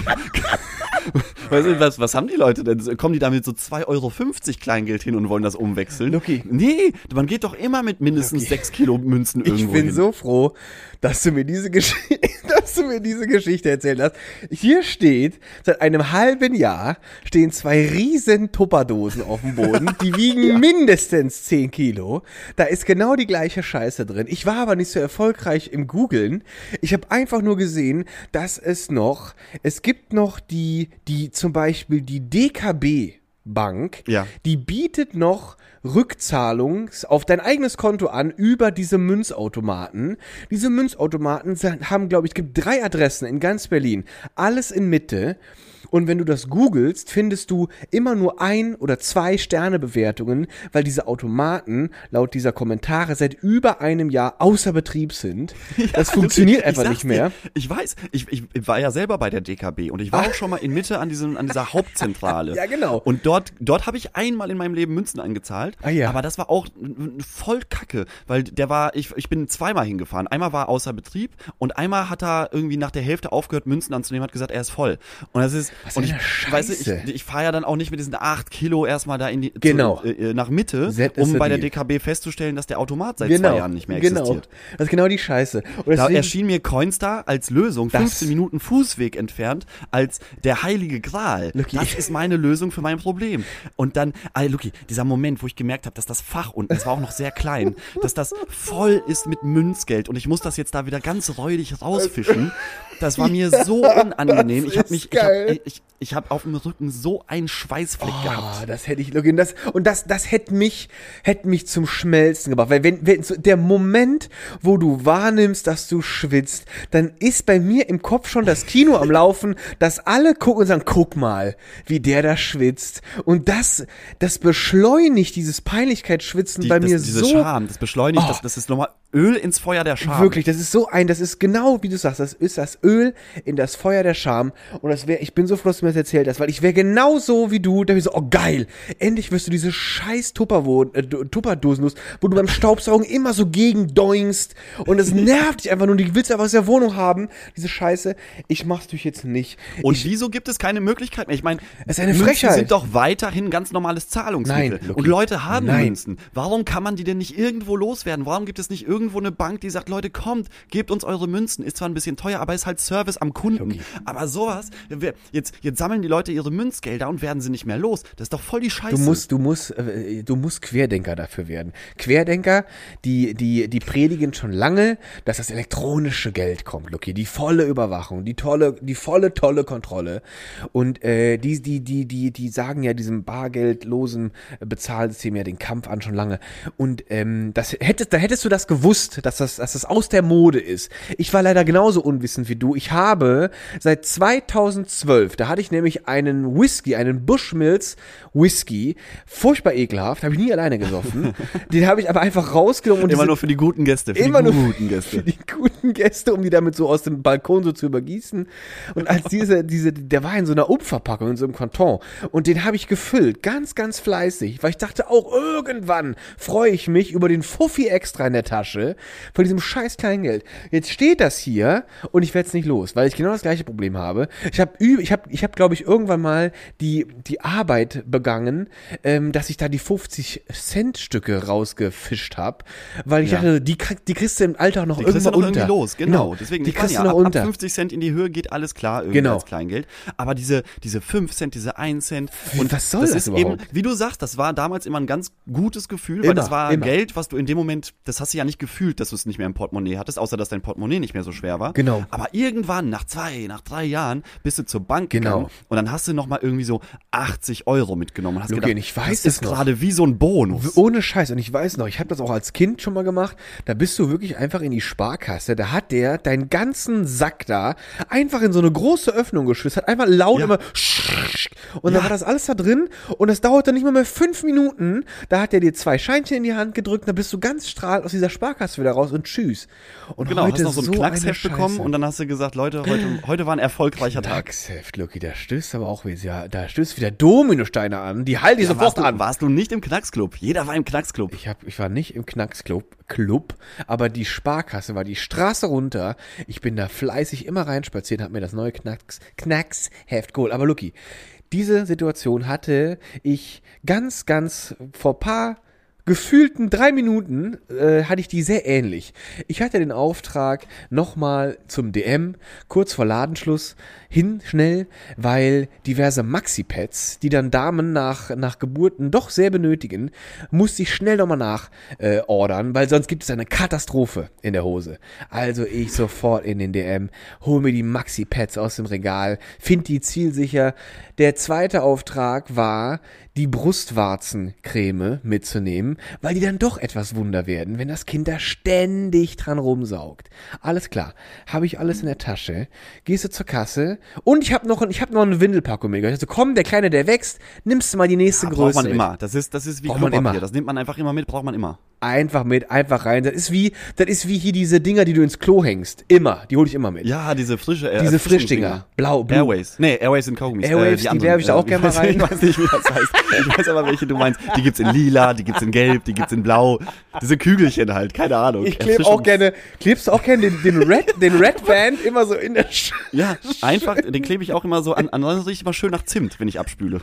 Weißt du, was, was haben die Leute denn? Kommen die da mit so zwei Euro fünfzig Kleingeld hin und wollen das umwechseln? Luki. Nee, man geht doch immer mit mindestens Luki. sechs Kilo Münzen irgendwo Ich bin hin. so froh, dass du mir diese Geschichte, dass du mir diese Geschichte erzählt hast. Hier steht, seit einem halben Jahr stehen zwei riesen Tupperdosen auf dem Boden, die wiegen ja. mindestens zehn Kilo. Da ist genau die gleiche Scheiße drin. Ich war aber nicht so erfolgreich im Googlen. Ich habe einfach nur gesehen, dass es noch, es gibt noch die, die zum Beispiel die D K B Bank, ja. die bietet noch Rückzahlung auf dein eigenes Konto an über diese Münzautomaten. Diese Münzautomaten haben, glaube ich, es gibt drei Adressen in ganz Berlin. Alles in Mitte. Und wenn du das googelst, findest du immer nur ein- oder zwei Sternebewertungen, weil diese Automaten laut dieser Kommentare seit über einem Jahr außer Betrieb sind. Ja, das funktioniert einfach nicht mehr. Dir, ich weiß, ich, ich war ja selber bei der D K B und ich war auch schon mal in Mitte an diesem an dieser Hauptzentrale. Ja, genau. Und dort dort habe ich einmal in meinem Leben Münzen eingezahlt, ah, ja. aber das war auch voll Kacke, weil der war ich ich bin zweimal hingefahren. Einmal war außer Betrieb und einmal hat er irgendwie nach der Hälfte aufgehört Münzen anzunehmen, hat gesagt, er ist voll. Und das ist Was und ich Scheiße. Weißt du, ich, ich fahre ja dann auch nicht mit diesen acht Kilo erstmal da in die genau. zu, äh, nach Mitte, um bei der D K B festzustellen, dass der Automat seit genau. zwei Jahren nicht mehr genau. existiert. Das ist genau die Scheiße. Und da erschien mir Coinstar als Lösung, fünfzehn Minuten Fußweg entfernt, als der heilige Gral. Luki. Das ist meine Lösung für mein Problem. Und dann, ah, Luki, dieser Moment, wo ich gemerkt habe, dass das Fach unten, das war auch noch sehr klein, dass das voll ist mit Münzgeld und ich muss das jetzt da wieder ganz räudig rausfischen. Das war mir so unangenehm. Ich habe mich, ich habe ich, ich hab auf dem Rücken so einen Schweißfleck oh, gehabt. Das hätte ich, Luki, das, und das, das hätte mich, hätte mich zum Schmelzen gebracht. Weil wenn, wenn, der Moment, wo du wahrnimmst, dass du schwitzt, dann ist bei mir im Kopf schon das Kino am Laufen, dass alle gucken und sagen, guck mal, wie der da schwitzt. Und das, das beschleunigt dieses Peinlichkeitsschwitzen Die, bei das, mir diese so. Scham, das beschleunigt, oh. das, das ist nochmal Öl ins Feuer der Scham. Wirklich, das ist so ein, das ist genau, wie du sagst, das ist das Öl in das Feuer der Scham. Und das wäre, ich bin so froh, dass du mir das erzählt hast, weil ich wäre genauso wie du, da wäre so, oh geil, endlich wirst du diese scheiß Tupperwo- äh, Tupperdosen los, wo du beim Staubsaugen immer so gegen doingst und es nervt dich einfach nur, du willst einfach aus der Wohnung haben, diese Scheiße. Ich mach's durch jetzt nicht. Und ich, wieso gibt es keine Möglichkeit mehr? Ich meine, es ist eine Münzen Frechheit. sind doch weiterhin ganz normales Zahlungsmittel. Nein, und Leute haben Nein. Münzen. Warum kann man die denn nicht irgendwo loswerden? Warum gibt es nicht irgendwo eine Bank, die sagt, Leute, kommt, gebt uns eure Münzen. Ist zwar ein bisschen teuer, aber ist halt Service am Kunden. Okay. Aber sowas, jetzt, jetzt sammeln die Leute ihre Münzgelder und werden sie nicht mehr los. Das ist doch voll die Scheiße. Du musst, du musst, äh, du musst Querdenker dafür werden. Querdenker, die, die, die predigen schon lange, dass das elektronische Geld kommt, Luki. Die volle Überwachung, die tolle, die volle, tolle Kontrolle. Und, äh, die, die, die, die, die sagen ja diesem bargeldlosen Bezahlsystem ja den Kampf an schon lange. Und, ähm, das hättest, da hättest du das gewusst, dass das, dass das aus der Mode ist. Ich war leider genauso unwissend wie du. Ich habe seit zweitausendzwölf, da hatte ich nämlich einen Whisky, einen Bushmills Whisky, furchtbar ekelhaft, habe ich nie alleine gesoffen. Den habe ich aber einfach rausgenommen. Und immer diese, nur für die guten Gäste, für immer die nur guten Gäste. Für die guten Gäste, um die damit so aus dem Balkon so zu übergießen. Und als diese, diese, der war in so einer Umverpackung, in so einem Karton. Und den habe ich gefüllt, ganz, ganz fleißig, weil ich dachte auch, irgendwann freue ich mich über den Fuffi extra in der Tasche von diesem scheiß Kleingeld. Jetzt steht das hier und ich werde es nicht los, weil ich genau das gleiche Problem habe. Ich habe, ich habe, ich habe, glaube ich, irgendwann mal die die Arbeit begangen, ähm, dass ich da die fünfzig Cent Stücke rausgefischt habe, weil ich ja. dachte, die, die kriegst du im Alltag noch die irgendwann noch unter. Irgendwie los, genau. genau. Deswegen, die kriegst ja, du noch ab, unter. Ab fünfzig Cent in die Höhe geht alles klar, irgendwie genau. als Kleingeld. Aber diese diese fünf Cent, diese ein Cent und was soll das, das ist überhaupt? Eben, wie du sagst, das war damals immer ein ganz gutes Gefühl, immer, weil das war immer. Geld, was du in dem Moment, das hast du ja nicht gefühlt, dass du es nicht mehr im Portemonnaie hattest, außer dass dein Portemonnaie nicht mehr so schwer war. Genau. Aber irgendwann, nach zwei, nach drei Jahren, bist du zur Bank Genau. gegangen und dann hast du nochmal irgendwie so achtzig Euro mitgenommen und hast Luki, gedacht, und ich weiß das es ist noch. gerade wie so ein Bonus. Ohne Scheiß. Und ich weiß noch, ich habe das auch als Kind schon mal gemacht. Da bist du wirklich einfach in die Sparkasse. Da hat der deinen ganzen Sack da einfach in so eine große Öffnung geschützt. Hat einfach laut Ja. immer und dann Ja. war das alles da drin und das dauerte nicht mal mehr fünf Minuten. Da hat er dir zwei Scheinchen in die Hand gedrückt, dann bist du ganz strahlend aus dieser Sparkasse wieder raus und tschüss. Und Genau, heute hast noch so ein so Knacksheft eine bekommen Scheiße. und dann hast du gesagt, Leute, heute, heute war ein erfolgreicher Tag. Knacksheft, Luki, da stößt aber auch wieder, ja, da stößt wieder Dominosteine an. Die halte ich Ja, sofort warst, du, an. warst du nicht im Knacksclub? Jeder war im Knacksclub. Ich, hab, ich war nicht im Knacksclub, Club, aber die Sparkasse war die Straße runter. Ich bin da fleißig immer reinspaziert, hab mir das neue Knacks, Knacksheft geholt. Aber Luki, diese Situation hatte ich ganz, ganz vor paar gefühlten drei Minuten äh, hatte ich die sehr ähnlich. Ich hatte den Auftrag nochmal zum D M, kurz vor Ladenschluss, hin schnell, weil diverse Maxi-Pads, die dann Damen nach, nach Geburten doch sehr benötigen, musste ich schnell nochmal nach äh, ordern, weil sonst gibt es eine Katastrophe in der Hose. Also ich sofort in den D M, hol mir die Maxi-Pads aus dem Regal, find die zielsicher. Der zweite Auftrag war, die Brustwarzencreme mitzunehmen, weil die dann doch etwas Wunder werden, wenn das Kind da ständig dran rumsaugt. Alles klar, habe ich alles in der Tasche, gehst du zur Kasse und ich habe noch, ich hab noch eine Windelpackung mitgebracht. Also komm, der Kleine, der wächst, nimmst du mal die nächste Ja, Größe braucht man mit. immer. Das ist, das ist wie Braucht man Klopapier. immer. Das nimmt man einfach immer mit, braucht man immer. Einfach mit, einfach rein. Das ist wie, das ist wie hier diese Dinger, die du ins Klo hängst. Immer, die hole ich immer mit. Ja, diese frische äh, diese Frischdinger. Frischdinger, blau, blue. Airways. Nee, Airways sind Kaugummis. Airwaves, die anderen, werfe ich da auch äh, gerne mal weiß- rein. Ich weiß nicht, wie das heißt. Ich weiß aber, welche du meinst. Die gibt's in lila, die gibt's in gelb, die gibt's in blau. Diese Kügelchen halt, keine Ahnung. Ich klebe auch Erfrischungs- gerne, klebst du auch gerne den, den Red, den Red Band immer so in der Sch Ja, einfach, den klebe ich auch immer so an. Ansonsten riecht immer schön nach Zimt, wenn ich abspüle.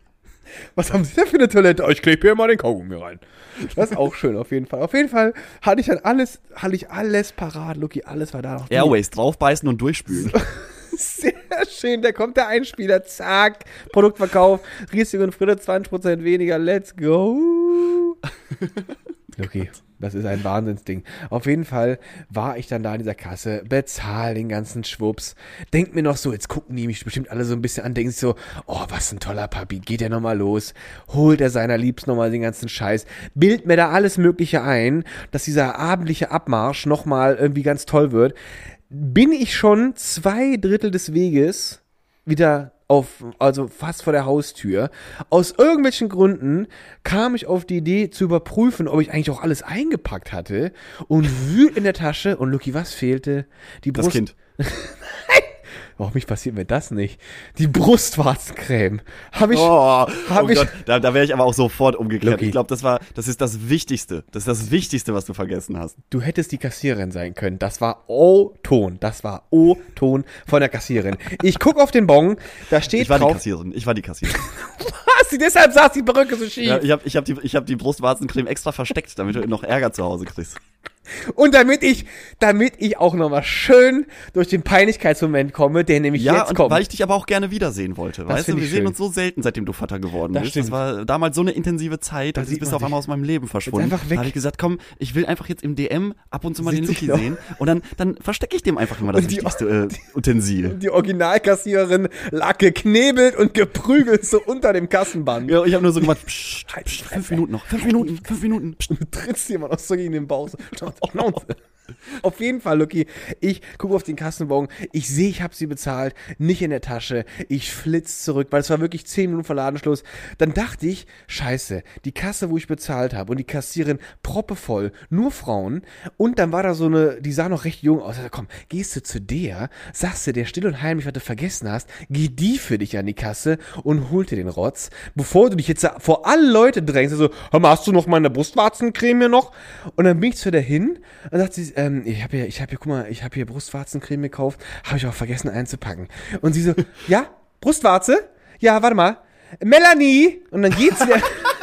Was haben Sie denn für eine Toilette? Oh, ich klebe hier mal den Kaugummi rein. Das ist auch schön, auf jeden Fall. Auf jeden Fall hatte ich dann alles, hatte ich alles parat, Luki, alles war da noch. Airways, draufbeißen und durchspülen. Sehr schön, da kommt der Einspieler, zack, Produktverkauf, Risiko und Fritte zwanzig Prozent weniger, let's go. Luki, das ist ein Wahnsinnsding. Auf jeden Fall war ich dann da in dieser Kasse, bezahl den ganzen Schwupps, denk mir noch so, jetzt gucken die mich bestimmt alle so ein bisschen an, denken sich so, oh, was ein toller Papi, geht der nochmal los, holt er seiner Liebsten nochmal den ganzen Scheiß, bild mir da alles Mögliche ein, dass dieser abendliche Abmarsch nochmal irgendwie ganz toll wird. Bin ich schon zwei Drittel des Weges wieder auf, also fast vor der Haustür. Aus irgendwelchen Gründen kam ich auf die Idee zu überprüfen, ob ich eigentlich auch alles eingepackt hatte und wühlt in der Tasche und Luki, was fehlte? Die Das Brust. Kind. Warum mich passiert mir das nicht? Die Brustwarzencreme. Habe ich, Oh, hab oh ich, Gott, da, da wäre ich aber auch sofort umgekehrt. Luki. Ich glaube, das war, das ist das Wichtigste. Das ist das Wichtigste, was du vergessen hast. du hättest die Kassiererin sein können. Das war O-Ton. Das war O-Ton von der Kassiererin. Ich guck auf den Bon, da steht Ich war die drauf. Kassiererin. Ich war die Kassiererin. Was? Deshalb saß die Perücke so schief. Ja, ich habe ich hab die, ich hab die Brustwarzencreme extra versteckt, damit du noch Ärger zu Hause kriegst. Und damit ich, damit ich auch nochmal schön durch den Peinlichkeitsmoment komme, der nämlich Ja, jetzt und kommt. weil ich dich aber auch gerne wiedersehen wollte. Weißt du, find wir ich sehen schön. uns so selten, seitdem du Vater geworden Das bist. stimmt. Das war damals so eine intensive Zeit, Da und sieht du bist man auf einmal aus meinem Leben verschwunden. einfach weg. Da habe ich gesagt, komm, ich will einfach jetzt im D M ab und zu mal Sieht den sich Luki doch- sehen. Und dann, dann verstecke ich dem einfach immer das Und die- wichtigste äh, Utensil. Die Originalkassiererin lag geknebelt und geprügelt so unter dem Kassenband. Ja, ich habe nur so gemacht, psst, Halt psst, fünf Minuten noch, fünf Minuten, fünf Minuten. Psst. Du trittst dir immer noch so gegen den Bauch. So, Schnauze. Auf jeden Fall, Luki, ich gucke auf den Kassenbon, ich sehe, ich habe sie bezahlt, nicht in der Tasche, ich flitz zurück, weil es war wirklich zehn Minuten vor Ladenschluss. Dann dachte ich, scheiße, die Kasse, wo ich bezahlt habe und die Kassierin proppevoll, nur Frauen, und dann war da so eine, die sah noch recht jung aus. Also, komm, gehst du zu der, sagst du der still und heimlich, was du vergessen hast, geh die für dich an die Kasse und hol dir den Rotz, bevor du dich jetzt vor alle Leute drängst, so, hör mal, hast du noch meine Brustwarzencreme hier noch? Und dann bin ich zu der hin und sagt sie, ähm, ich habe hier, ich habe hier, guck mal, ich habe hier Brustwarzencreme gekauft, habe ich auch vergessen einzupacken. Und sie so, ja, Brustwarze? Ja, warte mal, Melanie. Und dann geht sie,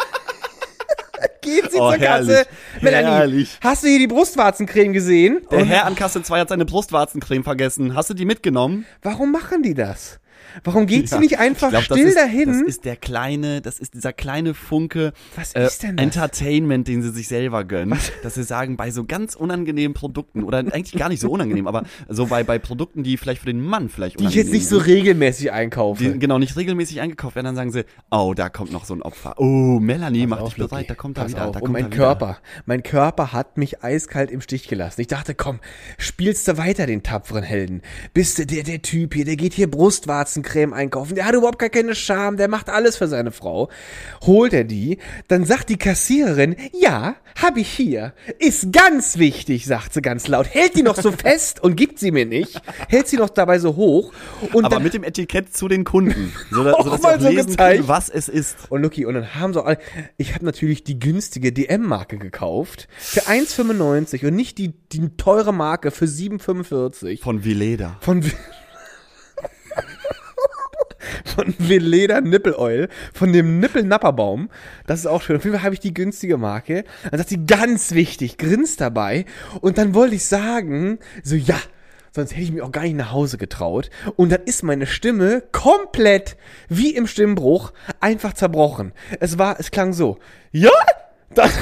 geht sie Oh, zur Kasse. herrlich, Melanie, herrlich. hast du hier die Brustwarzencreme gesehen? Der Und Herr an Kasse zwei hat seine Brustwarzencreme vergessen. Hast du die mitgenommen? warum machen die das? Warum geht sie Ja, nicht einfach ich glaub, still das ist, dahin? Das ist der kleine, das ist dieser kleine Funke Was äh, ist denn das? Entertainment, den sie sich selber gönnen, dass sie sagen, bei so ganz unangenehmen Produkten oder eigentlich gar nicht so unangenehm, aber so bei, bei Produkten, die vielleicht für den Mann vielleicht Die ich unangenehm jetzt nicht so sind, regelmäßig einkaufe. die genau nicht regelmäßig eingekauft werden, dann sagen sie, oh, da kommt noch so ein Opfer. Oh, Melanie, mach dich bereit, da kommt er Pass wieder, auf. da Und kommt mein er wieder. Körper, mein Körper hat mich eiskalt im Stich gelassen. Ich dachte, komm, spielst du weiter den tapferen Helden. Bist du der, der Typ hier, der geht hier Brustwarzencreme einkaufen, der hat überhaupt gar keine Scham, der macht alles für seine Frau. Holt er die, dann sagt die Kassiererin, ja, hab ich hier. Ist ganz wichtig, sagt sie ganz laut. Hält die noch so fest und gibt sie mir nicht. Hält sie noch dabei so hoch. Und Aber dann, mit dem Etikett zu den Kunden, so, dass, Auch so, dass sie mal auch so lesen gezeigt. können, was es ist. Und Lucky, und dann haben so alle, ich habe natürlich die günstige D M-Marke gekauft für eins fünfundneunzig und nicht die, die teure Marke für sieben fünfundvierzig. Von Vileda. Von von Veleda Nipple Oil, von dem Nippel-Napperbaum. Das ist auch schön. Auf jeden Fall habe ich die günstige Marke. Dann sagt sie, ganz wichtig, grinst dabei. Und dann wollte ich sagen, so ja, sonst hätte ich mich auch gar nicht nach Hause getraut. Und dann ist meine Stimme komplett, wie im Stimmbruch, einfach zerbrochen. Es war, es klang so, ja, das...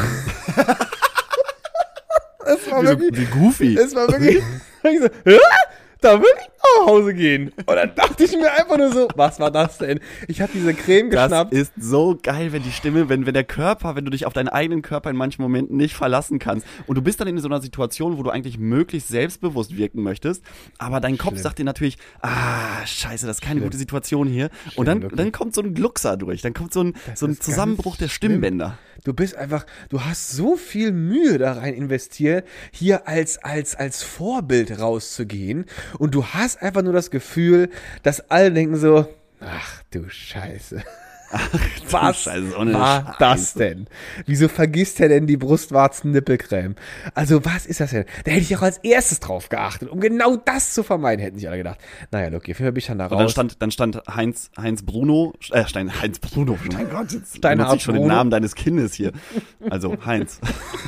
Es war Wie, so, wirklich, wie goofy. es war wirklich, ich so, ja, da will ich nach Hause gehen. Und dann dachte ich mir einfach nur so, was war das denn? Ich habe diese Creme Das geschnappt. ist so geil, wenn die Stimme, wenn, wenn der Körper, wenn du dich auf deinen eigenen Körper in manchen Momenten nicht verlassen kannst und du bist dann in so einer Situation, wo du eigentlich möglichst selbstbewusst wirken möchtest, aber dein Kopf Schlimm. sagt dir natürlich, ah, scheiße, das ist keine Schlimm. gute Situation hier. Schlimm, Und dann, wirklich. dann kommt so ein Gluckser durch, dann kommt so ein, Das so ein ist Zusammenbruch ganz der schlimm. Stimmbänder. Du bist einfach, du hast so viel Mühe da rein investiert, hier als, als, als Vorbild rauszugehen. Und du hast einfach nur das Gefühl, dass alle denken so, ach du Scheiße. Was Scheiße, so eine war Scheiße. das denn? Wieso vergisst er denn die Brustwarzen-Nippelcreme? Also was ist das denn? Da hätte ich auch als erstes drauf geachtet, um genau das zu vermeiden, hätten sich alle gedacht. Naja, Lucky, auf jeden Fall bin ich dann da Und dann raus. stand, dann stand Heinz, Heinz Bruno, äh, Stein, Heinz Bruno, mein Gott, jetzt Steinhart benutze ich schon den Bruno. Namen deines Kindes hier. Also Heinz.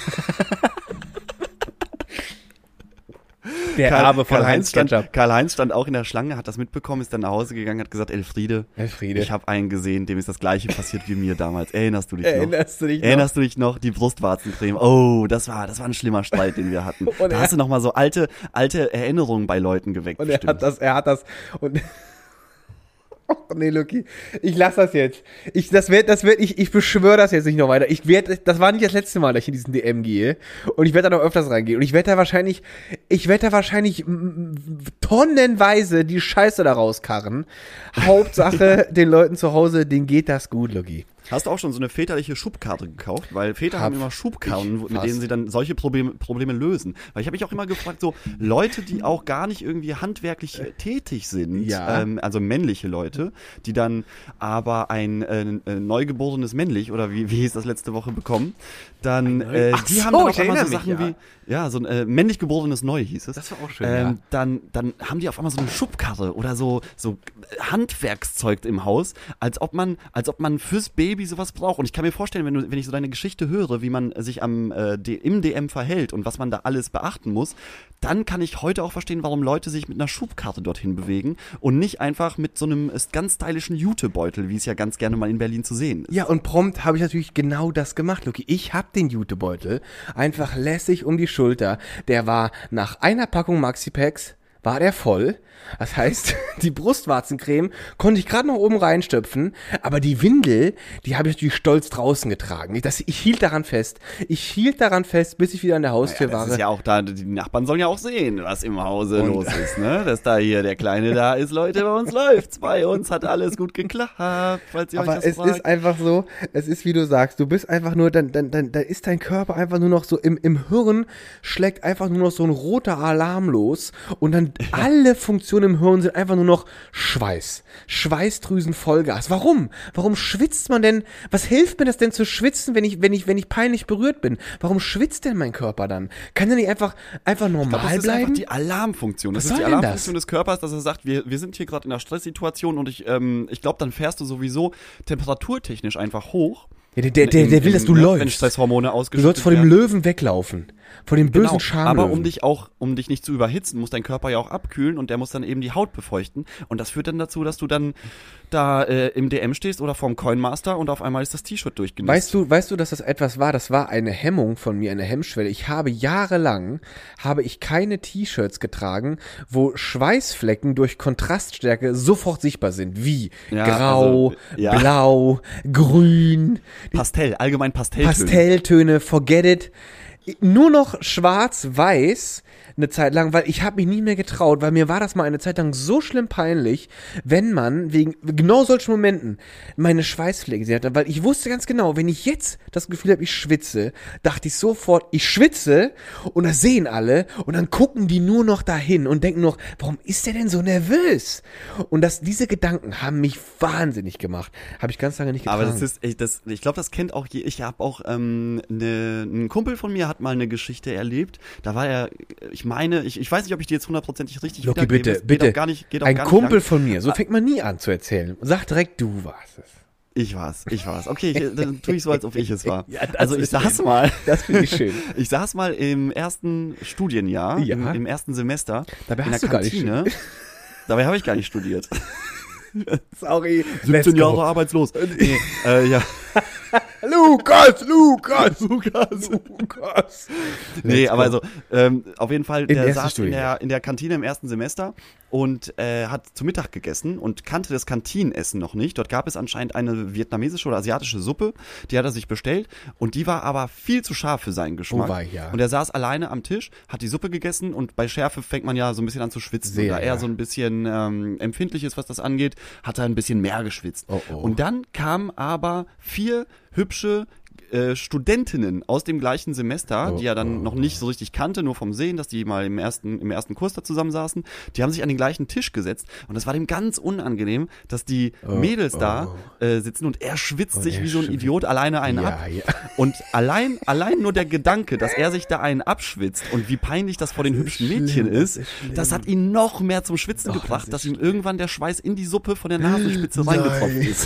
Der Erbe von Heinz stand, Ketchup. Karl-Heinz stand auch in der Schlange, hat das mitbekommen, ist dann nach Hause gegangen, hat gesagt, Elfriede, Elfriede. ich habe einen gesehen, dem ist das Gleiche passiert wie mir damals. Erinnerst du dich noch? Erinnerst du dich noch? Erinnerst du dich noch? Die Brustwarzencreme. Oh, das war, das war ein schlimmer Streit, den wir hatten. Und Da er- hast du noch mal so alte, alte Erinnerungen bei Leuten geweckt. Und er bestimmt. hat das, er hat das und oh, nee, Lucky, ich lass das jetzt. Ich, das wird, das wird, ich, ich beschwöre das jetzt nicht noch weiter. Ich werde, das war nicht das letzte Mal, dass ich in diesen D M gehe. Und ich werde da noch öfters reingehen. Und ich werde da wahrscheinlich, ich werde da wahrscheinlich m- m- tonnenweise die Scheiße da rauskarren. Hauptsache, den Leuten zu Hause, denen geht das gut, Lucky. Hast du auch schon so eine väterliche Schubkarte gekauft? Weil Väter Hab haben immer Schubkarten, ich mit fast. denen sie dann solche Probleme, Probleme lösen. Weil ich habe mich auch immer gefragt, so Leute, die auch gar nicht irgendwie handwerklich äh, tätig sind, Ja. ähm, also männliche Leute, die dann aber ein äh, äh, neugeborenes männlich, oder wie, wie hieß das letzte Woche bekommen, dann, Neu- äh, Ach die so, haben dann ich auf einmal so erinnere mich, Sachen ja. wie, ja, so ein äh, männlich geborenes Neu hieß es. Das war auch schön, ähm, ja. Dann, dann haben die auf einmal so eine Schubkarre oder so, so Handwerkszeug im Haus, als ob man, als ob man fürs Baby sowas braucht. Und ich kann mir vorstellen, wenn, du, wenn ich so deine Geschichte höre, wie man sich am, äh, D, im D M verhält und was man da alles beachten muss, dann kann ich heute auch verstehen, warum Leute sich mit einer Schubkarte dorthin bewegen und nicht einfach mit so einem äh, ganz stylischen Jutebeutel, wie es ja ganz gerne mal in Berlin zu sehen ist. Ja, und prompt habe ich natürlich genau das gemacht, Lucky. Ich habe den Jutebeutel einfach lässig um die Schulter. Der war nach einer Packung Maxi-Packs, war der voll. Das heißt, die Brustwarzencreme konnte ich gerade noch oben reinstöpfen, aber die Windel, die habe ich natürlich stolz draußen getragen. Ich, das, ich hielt daran fest. Ich hielt daran fest, bis ich wieder an der Haustür Ja, das war. ist ja auch da, die Nachbarn sollen ja auch sehen, was im Hause Und- los ist, ne? Dass da hier der Kleine da ist, Leute, bei uns läuft's. Bei uns hat alles gut geklappt, falls ihr Aber euch das es fragt. ist einfach so, es ist wie du sagst, du bist einfach nur, dann, dann, dann, dann ist dein Körper einfach nur noch so, im, im Hirn schlägt einfach nur noch so ein roter Alarm los und dann alle Funktionen im Hirn sind einfach nur noch Schweiß. Schweißdrüsen, Vollgas. Warum? Warum schwitzt man denn? Was hilft mir das denn zu schwitzen, wenn ich, wenn ich, wenn ich peinlich berührt bin? Warum schwitzt denn mein Körper dann? Kann der nicht einfach, einfach Ich normal glaub, das ist bleiben? einfach die Alarmfunktion. Das Was ist die soll denn Alarmfunktion des Körpers, dass er sagt, wir, wir sind hier gerade in einer Stresssituation und ich, ähm, ich glaube, dann fährst du sowieso temperaturtechnisch einfach hoch. Ja, der, der, der, der will, dass du ne, läufst. Wenn Stresshormone Du ausgeschüttet sollst vor dem werden. Löwen weglaufen. Vor dem bösen Genau, Schamlöwen. aber um dich auch, um dich nicht zu überhitzen, muss dein Körper ja auch abkühlen und der muss dann eben die Haut befeuchten und das führt dann dazu, dass du dann da äh, im D M stehst oder vorm Coinmaster und auf einmal ist das T-Shirt durchgenutzt. Weißt du, weißt du, dass das etwas war? Das war eine Hemmung von mir, eine Hemmschwelle. Ich habe jahrelang, habe ich keine T-Shirts getragen, wo Schweißflecken durch Kontraststärke sofort sichtbar sind. Wie Ja, grau, also, ja. blau, grün, Pastell, allgemein Pastelltöne. Pastelltöne, forget it. Nur noch schwarz-weiß eine Zeit lang, weil ich habe mich nie mehr getraut, weil mir war das mal eine Zeit lang so schlimm peinlich, wenn man wegen genau solchen Momenten meine Schweißflecken gesehen hat, weil ich wusste ganz genau, wenn ich jetzt das Gefühl habe, ich schwitze, dachte ich sofort, ich schwitze und das sehen alle und dann gucken die nur noch dahin und denken noch, warum ist der denn so nervös? Und das, diese Gedanken haben mich wahnsinnig gemacht. Habe ich ganz lange nicht getragen. Aber das ist, ich, das, ich glaube, das kennt auch, je, ich habe auch, ähm, ne, ein Kumpel von mir hat mal eine Geschichte erlebt, da war er, ich meine, ich, ich weiß nicht, ob ich die jetzt hundertprozentig richtig Loki, wiedergebe. bitte, Es geht bitte. auch gar nicht, geht auch Ein gar nicht Kumpel lang. von mir, so fängt man nie an zu erzählen. Sag direkt, du warst es. Ich war's, ich war's. Okay, ich, dann tue ich so, als ob ich es war. Ja, das also ich ist saß schön. mal, Das finde ich schön. ich saß mal im ersten Studienjahr, Ja. im, im ersten Semester, Dabei in hast der du gar nicht Kantine. Dabei habe ich gar nicht studiert. Sorry. siebzehn Jahre arbeitslos. Nee, äh, ja. Lukas, Lukas, Lukas, Lukas. Nee, aber also ähm, auf jeden Fall, der ersten saß in Studienjahr. der, in der Kantine im ersten Semester und äh, hat zu Mittag gegessen und kannte das Kantinenessen noch nicht. Dort gab es anscheinend eine vietnamesische oder asiatische Suppe, die hat er sich bestellt und die war aber viel zu scharf für seinen Geschmack. Oh wei, ja. Und er saß alleine am Tisch, hat die Suppe gegessen und bei Schärfe fängt man ja so ein bisschen an zu schwitzen. Sehr, und da er ja. so ein bisschen ähm, empfindlich ist, was das angeht, hat er ein bisschen mehr geschwitzt. Oh, oh. Und dann kamen aber vier hübsche äh, Studentinnen aus dem gleichen Semester, Oh, die er dann oh, noch nicht so richtig kannte, nur vom Sehen, dass die mal im ersten, im ersten Kurs da zusammensaßen. Die haben sich an den gleichen Tisch gesetzt und das war dem ganz unangenehm, dass die Oh, Mädels oh. da äh, sitzen und er schwitzt Und sich er wie so ein schwitzt. Idiot alleine einen Ja, ab. ja. Und allein, allein nur der Gedanke, dass er sich da einen abschwitzt und wie peinlich das vor den hübschen schlimm, Mädchen das ist, ist schlimm. das hat ihn noch mehr zum Schwitzen Doch, das gebracht, ist dass ihm schlimm. irgendwann der Schweiß in die Suppe von der Nasenspitze Nein. reingetropft ist.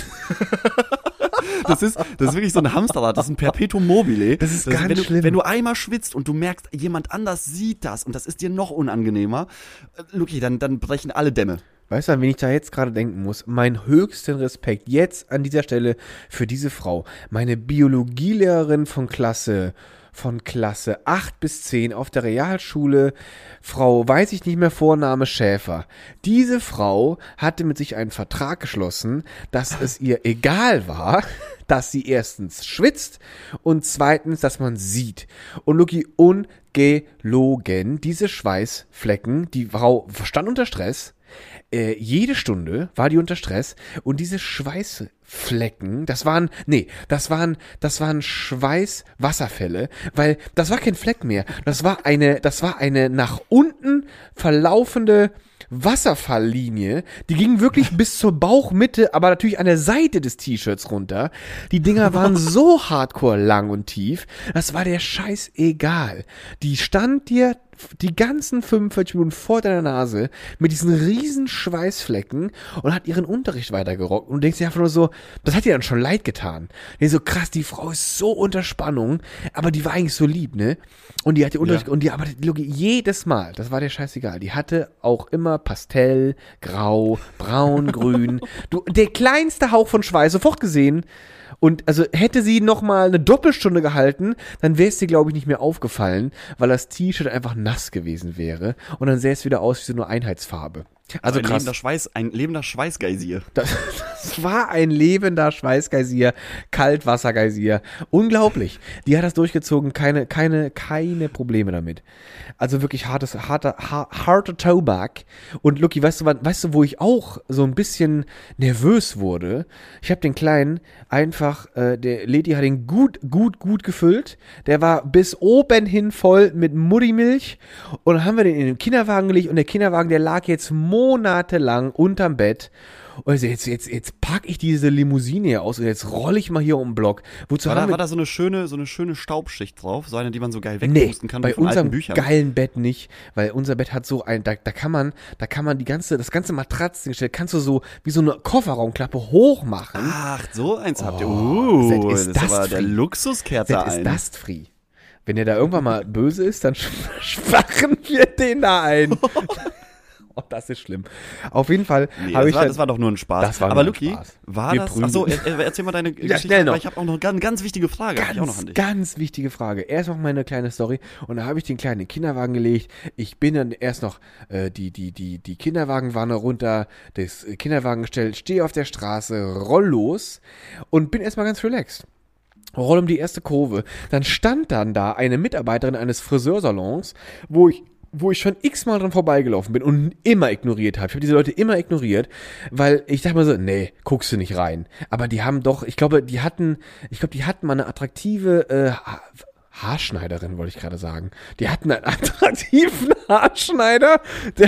Das ist, das ist wirklich so ein Hamsterrad, das ist ein Perpetuum mobile. Das ist ganz wenn du, schlimm. Wenn du einmal schwitzt und du merkst, jemand anders sieht das und das ist dir noch unangenehmer, äh, Luki, dann, dann brechen alle Dämme. Weißt du, an wen ich da jetzt gerade denken muss? Mein höchsten Respekt jetzt an dieser Stelle für diese Frau. Meine Biologielehrerin von Klasse, von Klasse acht bis zehn auf der Realschule, Frau, weiß ich nicht mehr, Vorname Schäfer. Diese Frau hatte mit sich einen Vertrag geschlossen, dass es ihr egal war, dass sie erstens schwitzt und zweitens, dass man sieht. Und Luki, ungelogen, diese Schweißflecken, die Frau stand unter Stress. Äh, jede Stunde war die unter Stress und diese Schweißflecken, das waren, nee, das waren, das waren Schweißwasserfälle, weil das war kein Fleck mehr, das war eine, das war eine nach unten verlaufende Wasserfalllinie, die ging wirklich bis zur Bauchmitte, aber natürlich an der Seite des T-Shirts runter. Die Dinger waren so hardcore lang und tief, das war der Scheiß egal. Die stand dir die ganzen fünfundvierzig Minuten vor deiner Nase mit diesen riesen Schweißflecken und hat ihren Unterricht weitergerockt und du denkst dir einfach nur so, das hat dir dann schon leid getan. Nee, so krass, die Frau ist so unter Spannung, aber die war eigentlich so lieb, ne? Und die hatte Unterricht Ja. und die, aber die, jedes Mal, das war der scheißegal, die hatte auch immer Pastell, Grau, Braun, Grün, du, der kleinste Hauch von Schweiß, sofort gesehen. Und also hätte sie noch mal eine Doppelstunde gehalten, dann wäre es dir, glaube ich, nicht mehr aufgefallen, weil das T-Shirt einfach nass gewesen wäre. Und dann sähe es wieder aus wie so eine Einheitsfarbe. Also ein krass. lebender Schweiß, ein lebender Schweißgeysir. Das, das war ein lebender Schweißgeysir, Kaltwassergeysir. Unglaublich. Die hat das durchgezogen, keine, keine, keine Probleme damit. Also wirklich hartes, harter, har- harter Tobak. Und Lucky, weißt du, wann, weißt du, wo ich auch so ein bisschen nervös wurde? Ich habe den Kleinen einfach, äh, der Leti hat ihn gut, gut, gut gefüllt. Der war bis oben hin voll mit Mudimilch. Und dann haben wir den in den Kinderwagen gelegt und der Kinderwagen, der lag jetzt monatelang unterm Bett. Und also jetzt, jetzt, jetzt pack ich diese Limousine hier aus und jetzt roll ich mal hier um den Block. Wozu war, haben da, wir war da so eine schöne, so eine schöne Staubschicht drauf? So eine, die man so geil nee, wegpusten kann bei wie von alten unserem Büchern? geilen Bett nicht, weil unser Bett hat so ein, da, da kann man, da kann man die ganze, das ganze Matratzending, kannst du so, wie so eine Kofferraumklappe hoch machen. Ach, so eins habt ihr. Oh, Uh, that is das ist aber dust der free. Luxus kehrt da Das ein. ist dust-free. Wenn der da irgendwann mal böse ist, dann spachen wir den da ein. Oh, das ist schlimm. Auf jeden Fall Nee, habe das, ich war, dann, das war doch nur ein Spaß. Das war aber nur ein Luki, Spaß. war Wir das? prügeln. Achso, er, erzähl mal deine Geschichte, schnell noch. weil ich habe auch noch eine ganz, ganz wichtige Frage hab ich auch noch an Ganz, dich. ganz wichtige Frage. Erst noch meine kleine Story und da habe ich den kleinen in den Kinderwagen gelegt. Ich bin dann erst noch äh, die, die, die, die Kinderwagenwanne runter, das Kinderwagen gestellt, stehe auf der Straße, roll los und bin erstmal ganz relaxed. Roll um die erste Kurve. Dann stand dann da eine Mitarbeiterin eines Friseursalons, wo ich wo ich schon x-mal dran vorbeigelaufen bin und immer ignoriert habe. Ich habe diese Leute immer ignoriert, weil ich dachte mir so, nee, guckst du nicht rein. Aber die haben doch, ich glaube, die hatten, ich glaube, die hatten mal eine attraktive äh, ha- Haarschneiderin, wollte ich gerade sagen. Die hatten einen attraktiven Haarschneider, der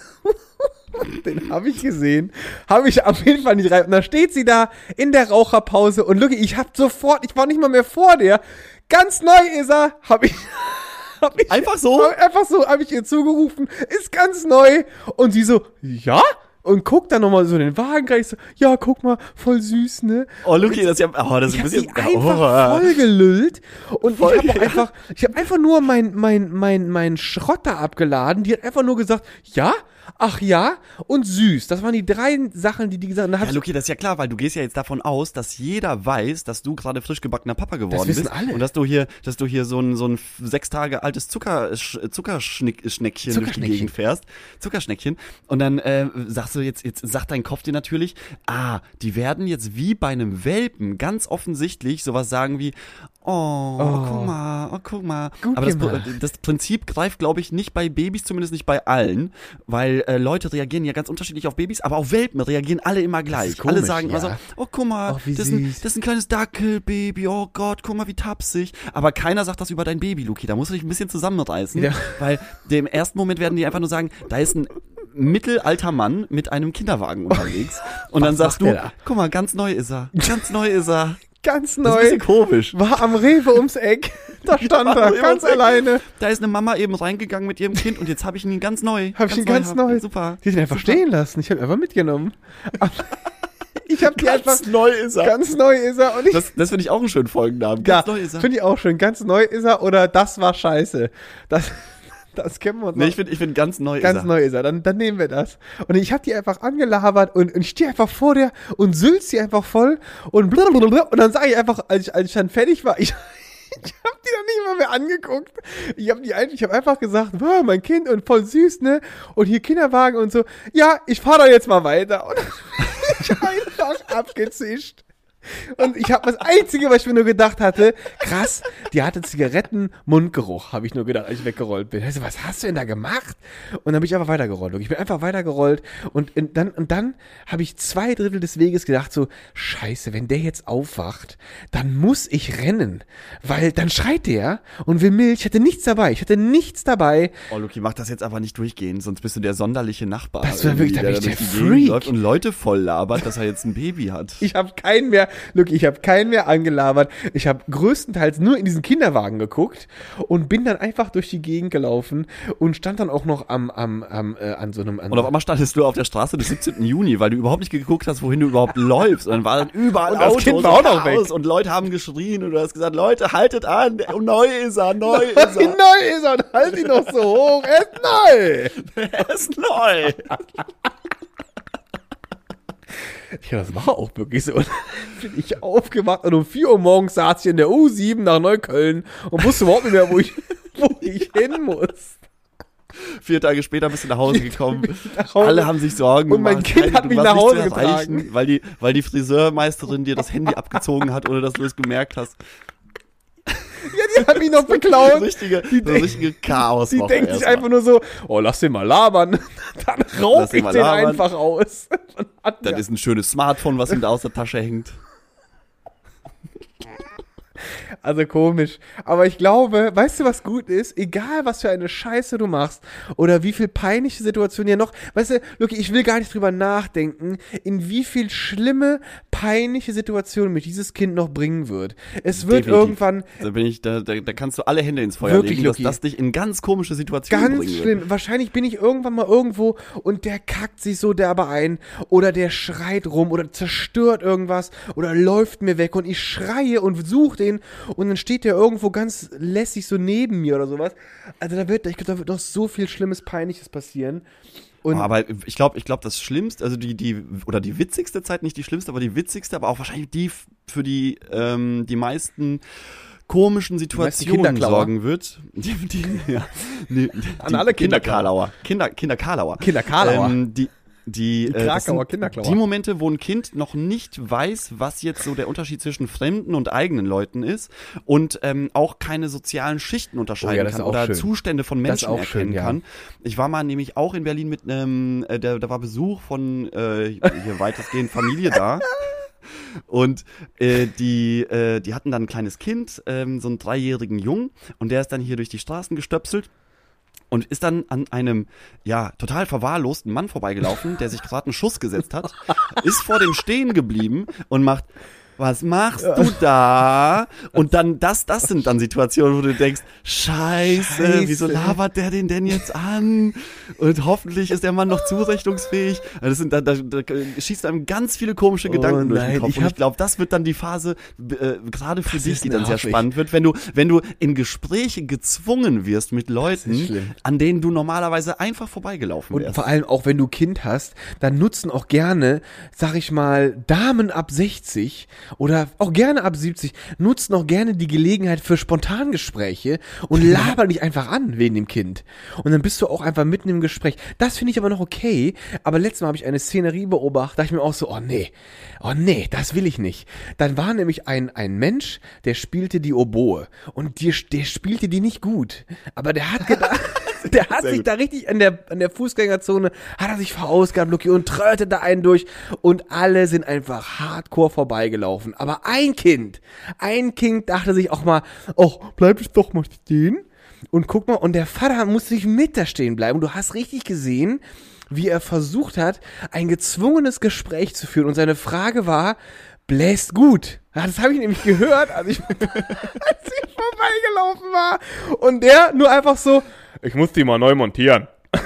den habe ich gesehen, habe ich auf jeden Fall nicht rein. Und dann steht sie da in der Raucherpause und Lucky, ich hab sofort, ich war nicht mal mehr vor der, ganz neu ist er, habe ich Hab ich, Einfach so? Hab, einfach so habe ich ihr zugerufen, ist ganz neu. Und sie so, ja? Und guckt dann nochmal so in den Wagen rein. Ich so, ja, guck mal, voll süß, ne? Oh, Luki, das ist ja, oh, das ist Ich ein hab bisschen, sie einfach oh. voll gelüllt. Und Voll, ich habe ja. einfach, ich habe einfach nur mein, mein, mein, mein Schrotter abgeladen. Die hat einfach nur gesagt, ja, ach ja und süß. Das waren die drei Sachen, die die gesagt haben. Ja, Luki, das ist ja klar, weil du gehst ja jetzt davon aus, dass jeder weiß, dass du gerade frisch gebackener Papa geworden wissen bist. alle. Und dass du hier, dass du hier so ein, so ein sechs Tage altes Zucker, Sch- Zuckerschneckchen durch die Zuckerschneckchen. Gegend fährst. Zuckerschneckchen. Und dann äh, sagst du jetzt, jetzt sagt dein Kopf dir natürlich, ah, die werden jetzt wie bei einem Welpen ganz offensichtlich sowas sagen wie, oh, oh. guck mal, oh, guck mal. Gut Aber das, gemacht. das Prinzip greift, glaube ich, nicht bei Babys, zumindest nicht bei allen, weil äh, Leute reagieren ja ganz unterschiedlich auf Babys, aber auf Welpen reagieren alle immer gleich. ist komisch, alle sagen immer ja. so, oh guck mal, Oh, wie das, ist ein, süß. das ist ein kleines Dackelbaby, oh Gott, guck mal, wie tapsig. Aber keiner sagt das über dein Baby, Luki, da musst du dich ein bisschen zusammenreißen, Ja. weil im ersten Moment werden die einfach nur sagen, da ist ein mittelalter Mann mit einem Kinderwagen unterwegs und dann Was sagst macht du, der da? guck mal, ganz neu ist er, ganz neu ist er. Ganz Das ist ein neu. bisschen komisch. War am Rewe ums Eck. Da stand Am er, Rewe ganz ums Eck. alleine. Da ist eine Mama eben reingegangen mit ihrem Kind und jetzt habe ich ihn ganz neu. Hab ich ihn ganz neu. Super. Die sind einfach Super. stehen lassen. Ich habe einfach mitgenommen. Aber ich habe die einfach. neu ist er. Ganz neu ist er. Und ich, Das, das finde ich auch einen schönen Folgennamen. ja, Ganz neu ist er. finde ich auch schön. Ganz neu ist er oder das war scheiße. Das, das kennen wir uns Nee, noch. ich finde ich find ganz neu Ganz ist er. neu ist er, dann, dann nehmen wir das. Und ich habe die einfach angelabert und, und ich stehe einfach vor der und sülz sie einfach voll und blablabla. Und dann sage ich einfach, als ich, als ich dann fertig war, ich, ich habe die dann nicht mal mehr angeguckt. Ich habe die einfach, ich habe einfach gesagt, wow, mein Kind und voll süß, ne? Und hier Kinderwagen und so. Ja, ich fahre da jetzt mal weiter. Und dann bin ich einfach abgezischt. Und ich habe das Einzige, was ich mir nur gedacht hatte, krass, die hatte Zigaretten-Mundgeruch, habe ich nur gedacht, als ich weggerollt bin. Also, was hast du denn da gemacht? Und dann bin ich einfach weitergerollt. Ich bin einfach weitergerollt und in, dann, und dann habe ich zwei Drittel des Weges gedacht so, scheiße, wenn der jetzt aufwacht, dann muss ich rennen, weil dann schreit der und will Milch. Ich hatte nichts dabei, ich hatte nichts dabei. Oh, Luki, mach das jetzt aber nicht durchgehen, sonst bist du der sonderliche Nachbar. Das wär wirklich- da irgendwie, bin ich durch der die Gegend Freak. läuft und Leute voll labert, dass er jetzt ein Baby hat. Ich habe keinen mehr, look, ich habe keinen mehr angelabert. Ich habe größtenteils nur in diesen Kinderwagen geguckt und bin dann einfach durch die Gegend gelaufen und stand dann auch noch am, am, am äh, an so einem. An Und auf einmal standest du auf der Straße des siebzehnten Juni, weil du überhaupt nicht geguckt hast, wohin du überhaupt läufst. Und dann war dann überall Und das Autos Kind war auch noch Chaos weg. und Leute haben geschrien und du hast gesagt, Leute, haltet an, der- neu ist er, neu ist Wie er. neu ist er und halt ihn noch so hoch. Er ist neu. Er ist neu. Ja, das war auch wirklich so. Und dann bin ich aufgewacht und um vier Uhr morgens saß ich in der U sieben nach Neukölln und wusste überhaupt nicht mehr, wo ich, wo ich hin muss. Vier Tage später bist du nach Hause gekommen. nach Hause. Alle haben sich Sorgen Und mein gemacht. Kind Keine- hat du mich warst nach nicht Hause zu erreichen, getragen. Weil die, weil die Friseurmeisterin dir das Handy abgezogen hat, ohne dass du es gemerkt hast. Ja, die hat mich noch beklaut. Das richtige, Die das denk- richtige Chaos. Die denkt sich einfach nur so, oh, lass den mal labern. Dann raub Lass den ich mal den labern. einfach aus. Dann hat Das der- ist ein schönes Smartphone, was ihm da aus der Tasche hängt. Also komisch. Aber ich glaube, weißt du, was gut ist? Egal, was für eine Scheiße du machst oder wie viel peinliche Situationen ja noch, weißt du, Luki, ich will gar nicht drüber nachdenken, in wie viel schlimme, peinliche Situationen mich dieses Kind noch bringen wird. Es wird Definitiv. irgendwann... Da bin ich, da, da, da kannst du alle Hände ins Feuer Wirklich, legen, dass Luki. das dich in ganz komische Situationen Ganz bringen schlimm. wird. Wahrscheinlich bin ich irgendwann mal irgendwo und der kackt sich so derbe ein oder der schreit rum oder zerstört irgendwas oder läuft mir weg und ich schreie und suche den und dann steht der irgendwo ganz lässig so neben mir oder sowas. Also da wird, ich glaube, da wird noch so viel Schlimmes, Peinliches passieren. Und Oh, aber ich glaube, ich glaube, das Schlimmste, also die, die, oder die witzigste Zeit, nicht die schlimmste, aber die witzigste, aber auch wahrscheinlich die f- für die, ähm, die meisten komischen Situationen Kinderklauer? sorgen wird. Die, die, ja, die, An die alle Kinderkarlauer. Kinder, Kinderkarlauer. Kinderkarlauer. Ähm, die, die, äh, das Krakauer sind Kinderklauer. die Momente, wo ein Kind noch nicht weiß, was jetzt so der Unterschied zwischen fremden und eigenen Leuten ist und ähm, auch keine sozialen Schichten unterscheiden Oh ja, das kann ist auch oder schön. Zustände von Das ist Menschen auch erkennen schön, ja. kann. Ich war mal nämlich auch in Berlin mit einem, äh, da, da war Besuch von äh, hier weitestgehend Familie da. Und äh, die, äh, die hatten dann ein kleines Kind, ähm, so einen dreijährigen Jungen, und der ist dann hier durch die Straßen gestöpselt und ist dann an einem, ja, total verwahrlosten Mann vorbeigelaufen, der sich gerade einen Schuss gesetzt hat, ist vor dem stehen geblieben und macht: Was machst du da? Und dann, das, das sind dann Situationen, wo du denkst, Scheiße, Scheiße. wieso labert der den denn jetzt an? Und hoffentlich ist der Mann noch zurechnungsfähig. Das sind, da, da, da schießt einem ganz viele komische Gedanken Oh durch nein, den Kopf. ich Und hab- ich glaube, das wird dann die Phase, äh, gerade für Das dich, ist die dann sehr nervig. spannend wird, wenn du, wenn du in Gespräche gezwungen wirst mit ist Leuten, schlimm. an denen du normalerweise einfach vorbeigelaufen Und wärst. vor allem auch, wenn du Kind hast, dann nutzen auch gerne, sag ich mal, Damen ab sechzig oder auch gerne ab siebzig, nutzen auch gerne die Gelegenheit für Spontangespräche und labern dich einfach an wegen dem Kind. Und dann bist du auch einfach mitten im Gespräch. Das finde ich aber noch okay, aber letztes Mal habe ich eine Szenerie beobachtet, da dachte ich mir auch so, oh nee, oh nee, das will ich nicht. Dann war nämlich ein, ein Mensch, der spielte die Oboe und die, der spielte die nicht gut, aber der hat gedacht, der hat Sehr sich gut. da richtig an der, an der Fußgängerzone, hat er sich verausgabt, Lucky, und tröte da einen durch und alle sind einfach hardcore vorbeigelaufen. Aber ein Kind, ein Kind dachte sich auch mal, oh, bleib ich doch mal stehen und guck mal, und der Vater musste sich mit da stehen bleiben. Du hast richtig gesehen, wie er versucht hat, ein gezwungenes Gespräch zu führen und seine Frage war, bläst gut. Ja, das habe ich nämlich gehört, als ich, als ich vorbeigelaufen war. Und der nur einfach so, ich muss die mal neu montieren.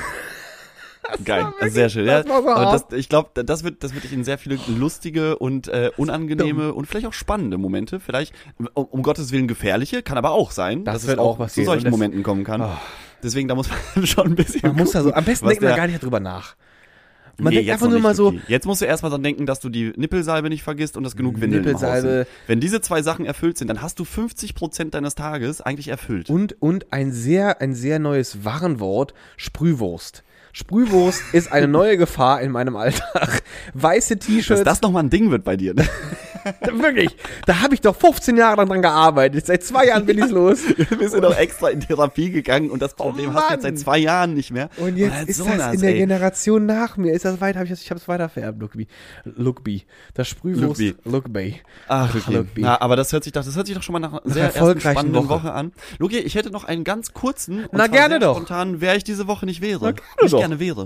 Geil, war das ist wirklich- sehr schön. das Ja, war so aber hart. das, ich glaube, das wird, das wird dich in sehr viele lustige und äh, unangenehme und vielleicht auch spannende Momente, vielleicht um, um Gottes Willen gefährliche, kann aber auch sein, Das dass wird es auch auch zu passieren. solchen Und das- Momenten kommen kann. Oh. Deswegen, da muss man schon ein bisschen Man muss da so, am besten was denkt man der- gar nicht drüber nach. Man Nee, denkt jetzt einfach noch nur nicht, mal so, Luki. Jetzt musst du erstmal dran denken, dass du die Nippelsalbe nicht vergisst und dass genug Windeln im Haus Nippelsalbe. sind. Wenn diese zwei Sachen erfüllt sind, dann hast du fünfzig Prozent deines Tages eigentlich erfüllt. und, und ein sehr, ein sehr neues Warnwort, Sprühwurst. Sprühwurst ist eine neue Gefahr in meinem Alltag. Weiße Dass T-Shirts. das nochmal ein Ding wird bei dir. Ne? Wirklich. Da habe ich doch fünfzehn Jahre lang dran gearbeitet. Seit zwei Jahren bin ich los. Wir sind doch extra in Therapie gegangen und das Problem Oh hast du jetzt Mann. seit zwei Jahren nicht mehr. Und jetzt das ist so das nass, in der ey. Generation nach mir. Ist das weiter? Hab ich das, ich habe es weiter vererbt, Lookby. Lookby. Das Sprühwurst. Lookby. Lookby. Ach, okay. Lookby. Na, aber das hört sich doch, das hört sich doch schon mal nach einer Nach sehr ersten erfolgreichen spannenden Woche. Woche an. Luki, ich hätte noch einen ganz kurzen und Na, zwar gerne sehr doch. spontan, wer ich diese Woche nicht wäre. Na, gerne nicht doch. gerne wäre.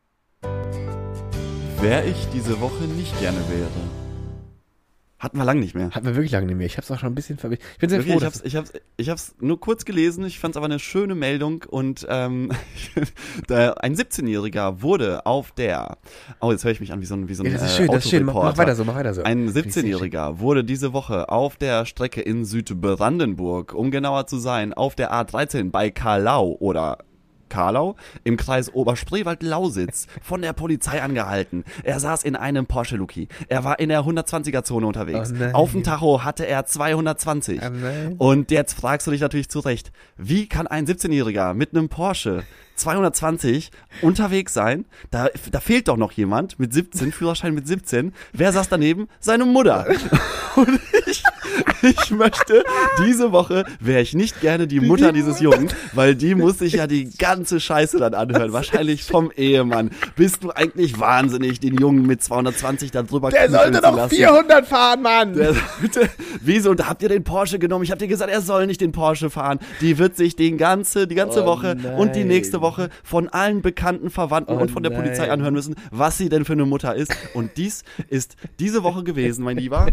Wer ich diese Woche nicht gerne wäre. Hatten wir lang nicht mehr. Hat mir wirklich lange nicht mehr. Ich hab's auch schon ein bisschen verwischt. Ich bin sehr Wirklich, froh, ich dass hab's, ich hab's, ich hab's nur kurz gelesen, ich fand's aber eine schöne Meldung und ähm, da, ein siebzehnjähriger wurde auf der, oh jetzt höre ich mich an wie so ein, wie so ein ja, das ist äh, schön, das ist schön. Mach, mach Autoreporter. weiter so, mach weiter so. Ein Finde ich sehr siebzehnjähriger wurde diese Woche auf der Strecke in Südbrandenburg, um genauer zu sein, auf der A dreizehn bei Karlau oder Karlau im Kreis Oberspreewald-Lausitz von der Polizei angehalten. Er saß in einem Porsche, Luki. Er war in der hundertzwanziger-Zone unterwegs. Oh nein. Auf dem Tacho hatte er zweihundertzwanzig. Oh nein. Und jetzt fragst du dich natürlich zu Recht, wie kann ein siebzehnjähriger mit einem Porsche zweihundertzwanzig unterwegs sein? Da, da fehlt doch noch jemand mit siebzehn, Führerschein mit siebzehn. Wer saß daneben? Seine Mutter. Und ich, Ich möchte, diese Woche wäre ich nicht gerne die Mutter dieses Jungen, weil die muss sich ja die ganze Scheiße dann anhören. Wahrscheinlich vom Ehemann. Bist du eigentlich wahnsinnig, den Jungen mit zweihundertzwanzig da drüber Der sollte doch lassen. vierhundert fahren, Mann! Der sollte, wieso? Und habt ihr den Porsche genommen? Ich hab dir gesagt, er soll nicht den Porsche fahren. Die wird sich den ganze, die ganze Oh Woche nein. und die nächste Woche von allen bekannten Verwandten Oh und von der nein. Polizei anhören müssen, was sie denn für eine Mutter ist. Und dies ist diese Woche gewesen, mein Lieber.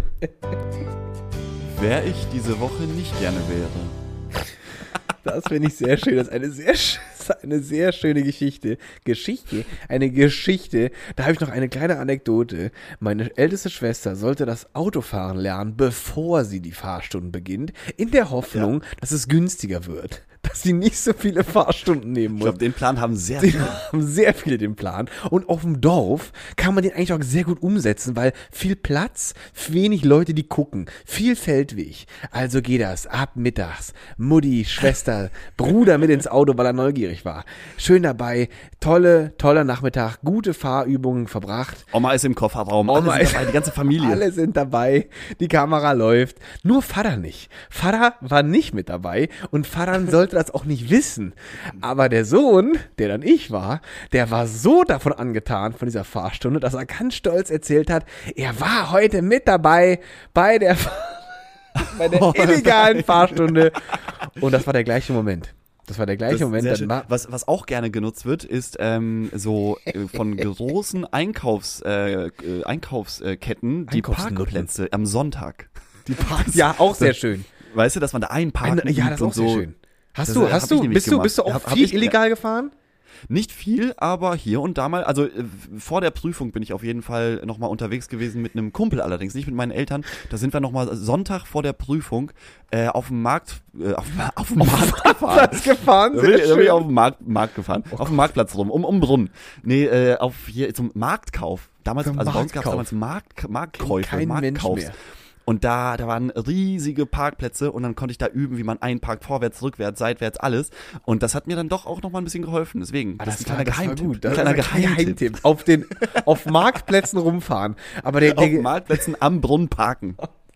Wer ich diese Woche nicht gerne wäre. Das finde ich sehr schön. Das ist eine sehr, sch- das ist eine sehr schöne Geschichte. Geschichte? Eine Geschichte. Da habe ich noch eine kleine Anekdote. Meine älteste Schwester sollte das Autofahren lernen, bevor sie die Fahrstunden beginnt, in der Hoffnung, dass es günstiger wird. Dass sie nicht so viele Fahrstunden nehmen Ich muss. glaube, den Plan haben sehr Sie viele. haben sehr viele den Plan. Und auf dem Dorf kann man den eigentlich auch sehr gut umsetzen, weil viel Platz, wenig Leute, die gucken, viel Feldweg. Also geht das ab mittags. Mutti, Schwester, Bruder mit ins Auto, weil er neugierig war. Schön dabei, tolle, toller Nachmittag, gute Fahrübungen verbracht. Oma ist im Kofferraum, Oma alle ist- sind dabei, die ganze Familie. Alle sind dabei, die Kamera läuft. Nur Vater nicht. Vater war nicht mit dabei und Vater sollte das auch nicht wissen. Aber der Sohn, der dann ich war, der war so davon angetan von dieser Fahrstunde, dass er ganz stolz erzählt hat, er war heute mit dabei bei der, bei der illegalen Fahrstunde. Und das war der gleiche Moment. Das war der gleiche Das ist Moment. sehr Dann schön. war, Was, was auch gerne genutzt wird, ist ähm, so äh, von großen Einkaufs, äh, äh, Einkaufsketten die Einkaufsnutten. Parkplätze am Sonntag. die Park ja, auch sehr schön. Weißt du, dass man da einparken Eine, ja, übt das ist und auch so. sehr schön. Hast Das, du, äh, hab hast ich du, nämlich bist du, gemacht. bist du auch Hab- hab viel ich- illegal gefahren? Nicht viel, aber hier und da mal. Also äh, vor der Prüfung bin ich auf jeden Fall nochmal unterwegs gewesen mit einem Kumpel, allerdings nicht mit meinen Eltern. Da sind wir nochmal Sonntag vor der Prüfung äh, auf dem Markt, äh, auf, auf dem Markt gefahren. Das gefahren, Da bin, ich, sehr da bin ich schön. auf dem Markt, Markt gefahren, auf dem Marktplatz rum, um, um Brunnen. Nee, äh, auf hier zum Marktkauf. Damals, Zum also bei uns gab es Marktkauf. damals Markt, Marktkäufe, Kein Mensch Marktkaufs. mehr. Und da, da waren riesige Parkplätze und dann konnte ich da üben, wie man einparkt, vorwärts, rückwärts, seitwärts, alles. Und das hat mir dann doch auch nochmal ein bisschen geholfen. Deswegen, Ah, das, ist ein kleiner das war Geheimtipp. gut. Das ein kleiner ist ein Geheimtipp. Geheimtipp. Auf den, auf Marktplätzen rumfahren. Aber der, Auf der, Marktplätzen am Brunnen parken.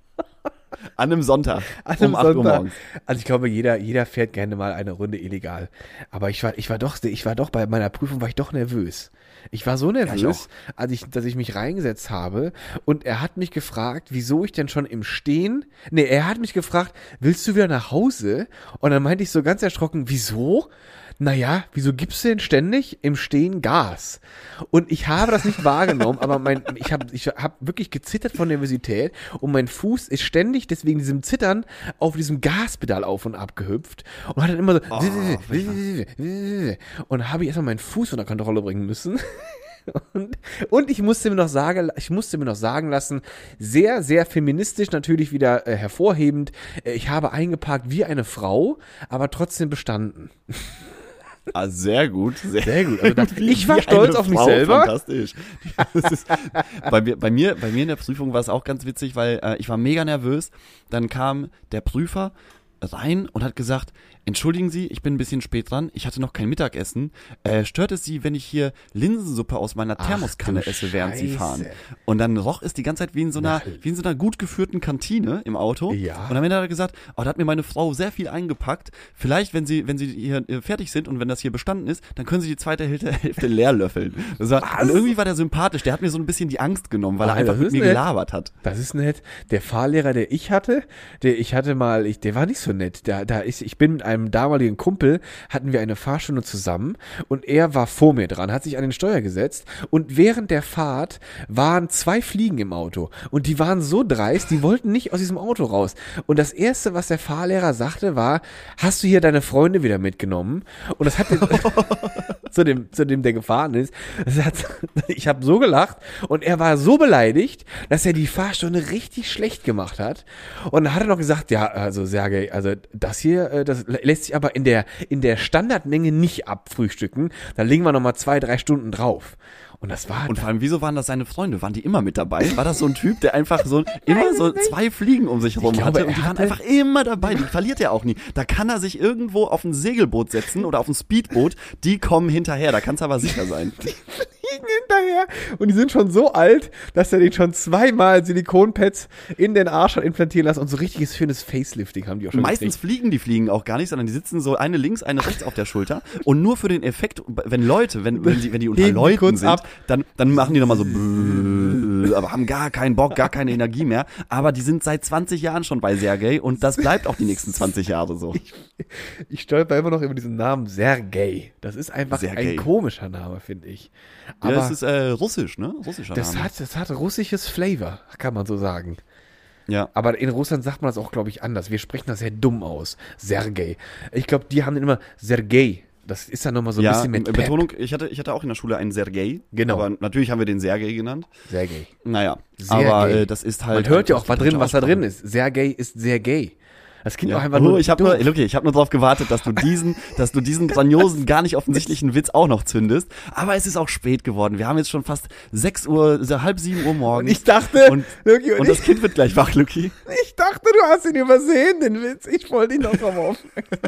An einem Sonntag. an um einem acht Uhr Sonntag. morgens. Also ich glaube, jeder, jeder fährt gerne mal eine Runde illegal. Aber ich war, ich war doch, ich war doch bei meiner Prüfung war ich doch nervös. Ich war so nervös, als ich, dass ich mich reingesetzt habe und er hat mich gefragt, wieso ich denn schon im Stehen, nee, er hat mich gefragt, willst du wieder nach Hause? Und dann meinte ich so ganz erschrocken, wieso? Naja, wieso gibst du denn ständig im Stehen Gas? Und ich habe das nicht wahrgenommen, aber mein, ich habe ich hab wirklich gezittert von Nervosität und mein Fuß ist ständig deswegen diesem Zittern auf diesem Gaspedal auf und ab gehüpft und hat dann immer so und habe ich erstmal meinen Fuß unter Kontrolle bringen müssen. Und, und ich musste mir noch sagen, ich musste mir noch sagen lassen, sehr, sehr feministisch natürlich wieder äh, hervorhebend, äh, ich habe eingeparkt wie eine Frau, aber trotzdem bestanden. Ah, sehr gut. Sehr, Sehr gut. Also da, Wie- ich war wie stolz eine auf mich Frau, selber. Fantastisch. Das ist, bei, mir, bei, mir, bei mir in der Prüfung war es auch ganz witzig, weil äh, ich war mega nervös. Dann kam der Prüfer rein und hat gesagt, entschuldigen Sie, ich bin ein bisschen spät dran, ich hatte noch kein Mittagessen. Äh, stört es Sie, wenn ich hier Linsensuppe aus meiner Ach, Thermoskanne du esse, während Sie Scheiße. fahren? Und dann roch es die ganze Zeit wie in so einer, Na. wie in so einer gut geführten Kantine im Auto. Ja. Und am Ende hat er gesagt, oh, da hat mir meine Frau sehr viel eingepackt. Vielleicht, wenn Sie, wenn Sie hier äh, fertig sind und wenn das hier bestanden ist, dann können Sie die zweite Hälfte, Hälfte leer löffeln. Das war, und irgendwie war der sympathisch. Der hat mir so ein bisschen die Angst genommen, weil Ah, er einfach das mit ist mir nett. gelabert hat. Das ist nett. Der Fahrlehrer, der ich hatte, der ich hatte mal, ich, der war nicht so nett. Der, da ist, ich bin mit einem damaligen Kumpel, hatten wir eine Fahrstunde zusammen und er war vor mir dran, hat sich an den Steuer gesetzt und während der Fahrt waren zwei Fliegen im Auto und die waren so dreist, die wollten nicht aus diesem Auto raus. Und das erste, was der Fahrlehrer sagte, war, hast du hier deine Freunde wieder mitgenommen? Und das hat den, zu dem, zu dem der gefahren ist, das hat, ich habe so gelacht und er war so beleidigt, dass er die Fahrstunde richtig schlecht gemacht hat. Und dann hat er noch gesagt, ja, also Sergej, also das hier, äh, das lässt sich aber in der, in der Standardmenge nicht abfrühstücken. Da legen wir nochmal zwei, drei Stunden drauf. Und das war, Und vor allem, wieso waren das seine Freunde? Waren die immer mit dabei? War das so ein Typ, der einfach so immer so zwei Fliegen um sich herum glaube, hatte? Und er die waren hatte- einfach immer dabei. Die verliert er auch nie. Da kann er sich irgendwo auf ein Segelboot setzen oder auf ein Speedboot. Die kommen hinterher. Da kannst du aber sicher sein. fliegen hinterher. Und die sind schon so alt, dass er den schon zweimal Silikonpads in den Arsch hat implantieren lassen und so richtiges schönes Facelifting haben die auch schon Meistens gekriegt. fliegen die Fliegen auch gar nicht, sondern die sitzen so eine links, eine rechts auf der Schulter und nur für den Effekt, wenn Leute, wenn, wenn, die, wenn die unter Heben die Leuten kurz sind, ab. dann, dann machen die nochmal so aber haben gar keinen Bock, gar keine Energie mehr. Aber die sind seit zwanzig Jahren schon bei Sergej und das bleibt auch die nächsten zwanzig Jahre so. Ich, ich stolper immer noch über diesen Namen Sergej. Das ist einfach Sergej. ein komischer Name, finde ich. Aber Ja, das ist äh, russisch, ne? Russischer das Name. hat, das hat russisches Flavor, kann man so sagen. Ja. Aber in Russland sagt man das auch, glaube ich, anders. Wir sprechen das sehr dumm aus. Sergej. Ich glaube, die haben dann immer Sergej. Das ist dann nochmal so ein ja, bisschen mit Pep. Betonung, ich hatte, ich hatte auch in der Schule einen Sergej. Genau. Aber natürlich haben wir den Sergej genannt. Sergej. Naja, Sergej. aber äh, das ist halt. Man hört ja auch, einfach was die drin, deutsche was da drin Aussprache. ist. Sergej ist sehr gay. Das klingt Ja. auch einfach Oh, nur ich habe doof. nur, okay, ich habe nur darauf gewartet, dass du diesen, dass du diesen grandiosen, gar nicht offensichtlichen Witz auch noch zündest. Aber es ist auch spät geworden. Wir haben jetzt schon fast sechs Uhr, so halb sieben Uhr morgens. Und ich dachte, und, Luki, und und ich, das Kind wird gleich wach, Luki. ich dachte, du hast ihn übersehen, den Witz. Ich wollte ihn noch drauf.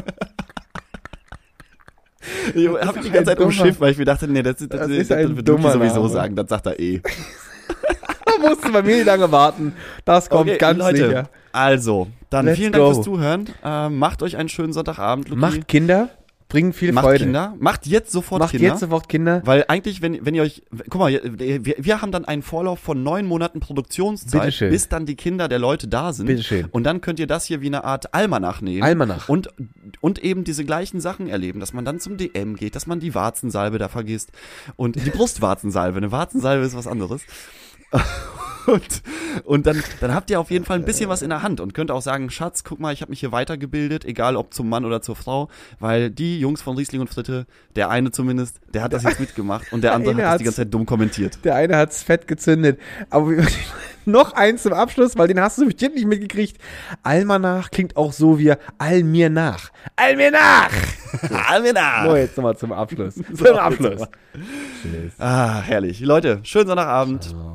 Ich ist habe die ein ganze Zeit dummer- umschifft, weil ich mir dachte, nee, das, das, Das das, ist das ein wird Luki dummer sowieso Name. sagen. Das sagt er eh. Da mussten wir mir lange warten. Das kommt Okay, ganz Leute, sicher. also, dann Let's vielen Dank go. fürs Zuhören. Äh, macht euch einen schönen Sonntagabend, Luki. Macht Kinder, bringen viel Macht Freude. Kinder. Macht jetzt sofort Macht Kinder. jetzt sofort Kinder. Weil eigentlich, wenn, wenn ihr euch, guck mal, wir, wir haben dann einen Vorlauf von neun Monaten Produktionszeit, Bitteschön. bis dann die Kinder der Leute da sind. Bitteschön. Und dann könnt ihr das hier wie eine Art Almanach nehmen. Almanach. Und, und eben diese gleichen Sachen erleben, dass man dann zum D M geht, dass man die Warzensalbe da vergisst. Und die Brustwarzensalbe, eine Warzensalbe ist was anderes. Und, und dann, dann habt ihr auf jeden Fall ein bisschen was in der Hand und könnt auch sagen, Schatz, guck mal, ich habe mich hier weitergebildet, egal ob zum Mann oder zur Frau, weil die Jungs von Riesling und Fritte, der eine zumindest, der hat das jetzt mitgemacht und der andere eine hat das hat's- die ganze Zeit dumm kommentiert. Der eine hat's fett gezündet. Aber wir- noch eins zum Abschluss, weil den hast du bestimmt nicht mitgekriegt. Almanach klingt auch so wie All mir nach. All mir nach! Almena! So, jetzt nochmal zum Abschluss. zum Abschluss. Ah, herrlich. Leute, schönen Sonntagabend.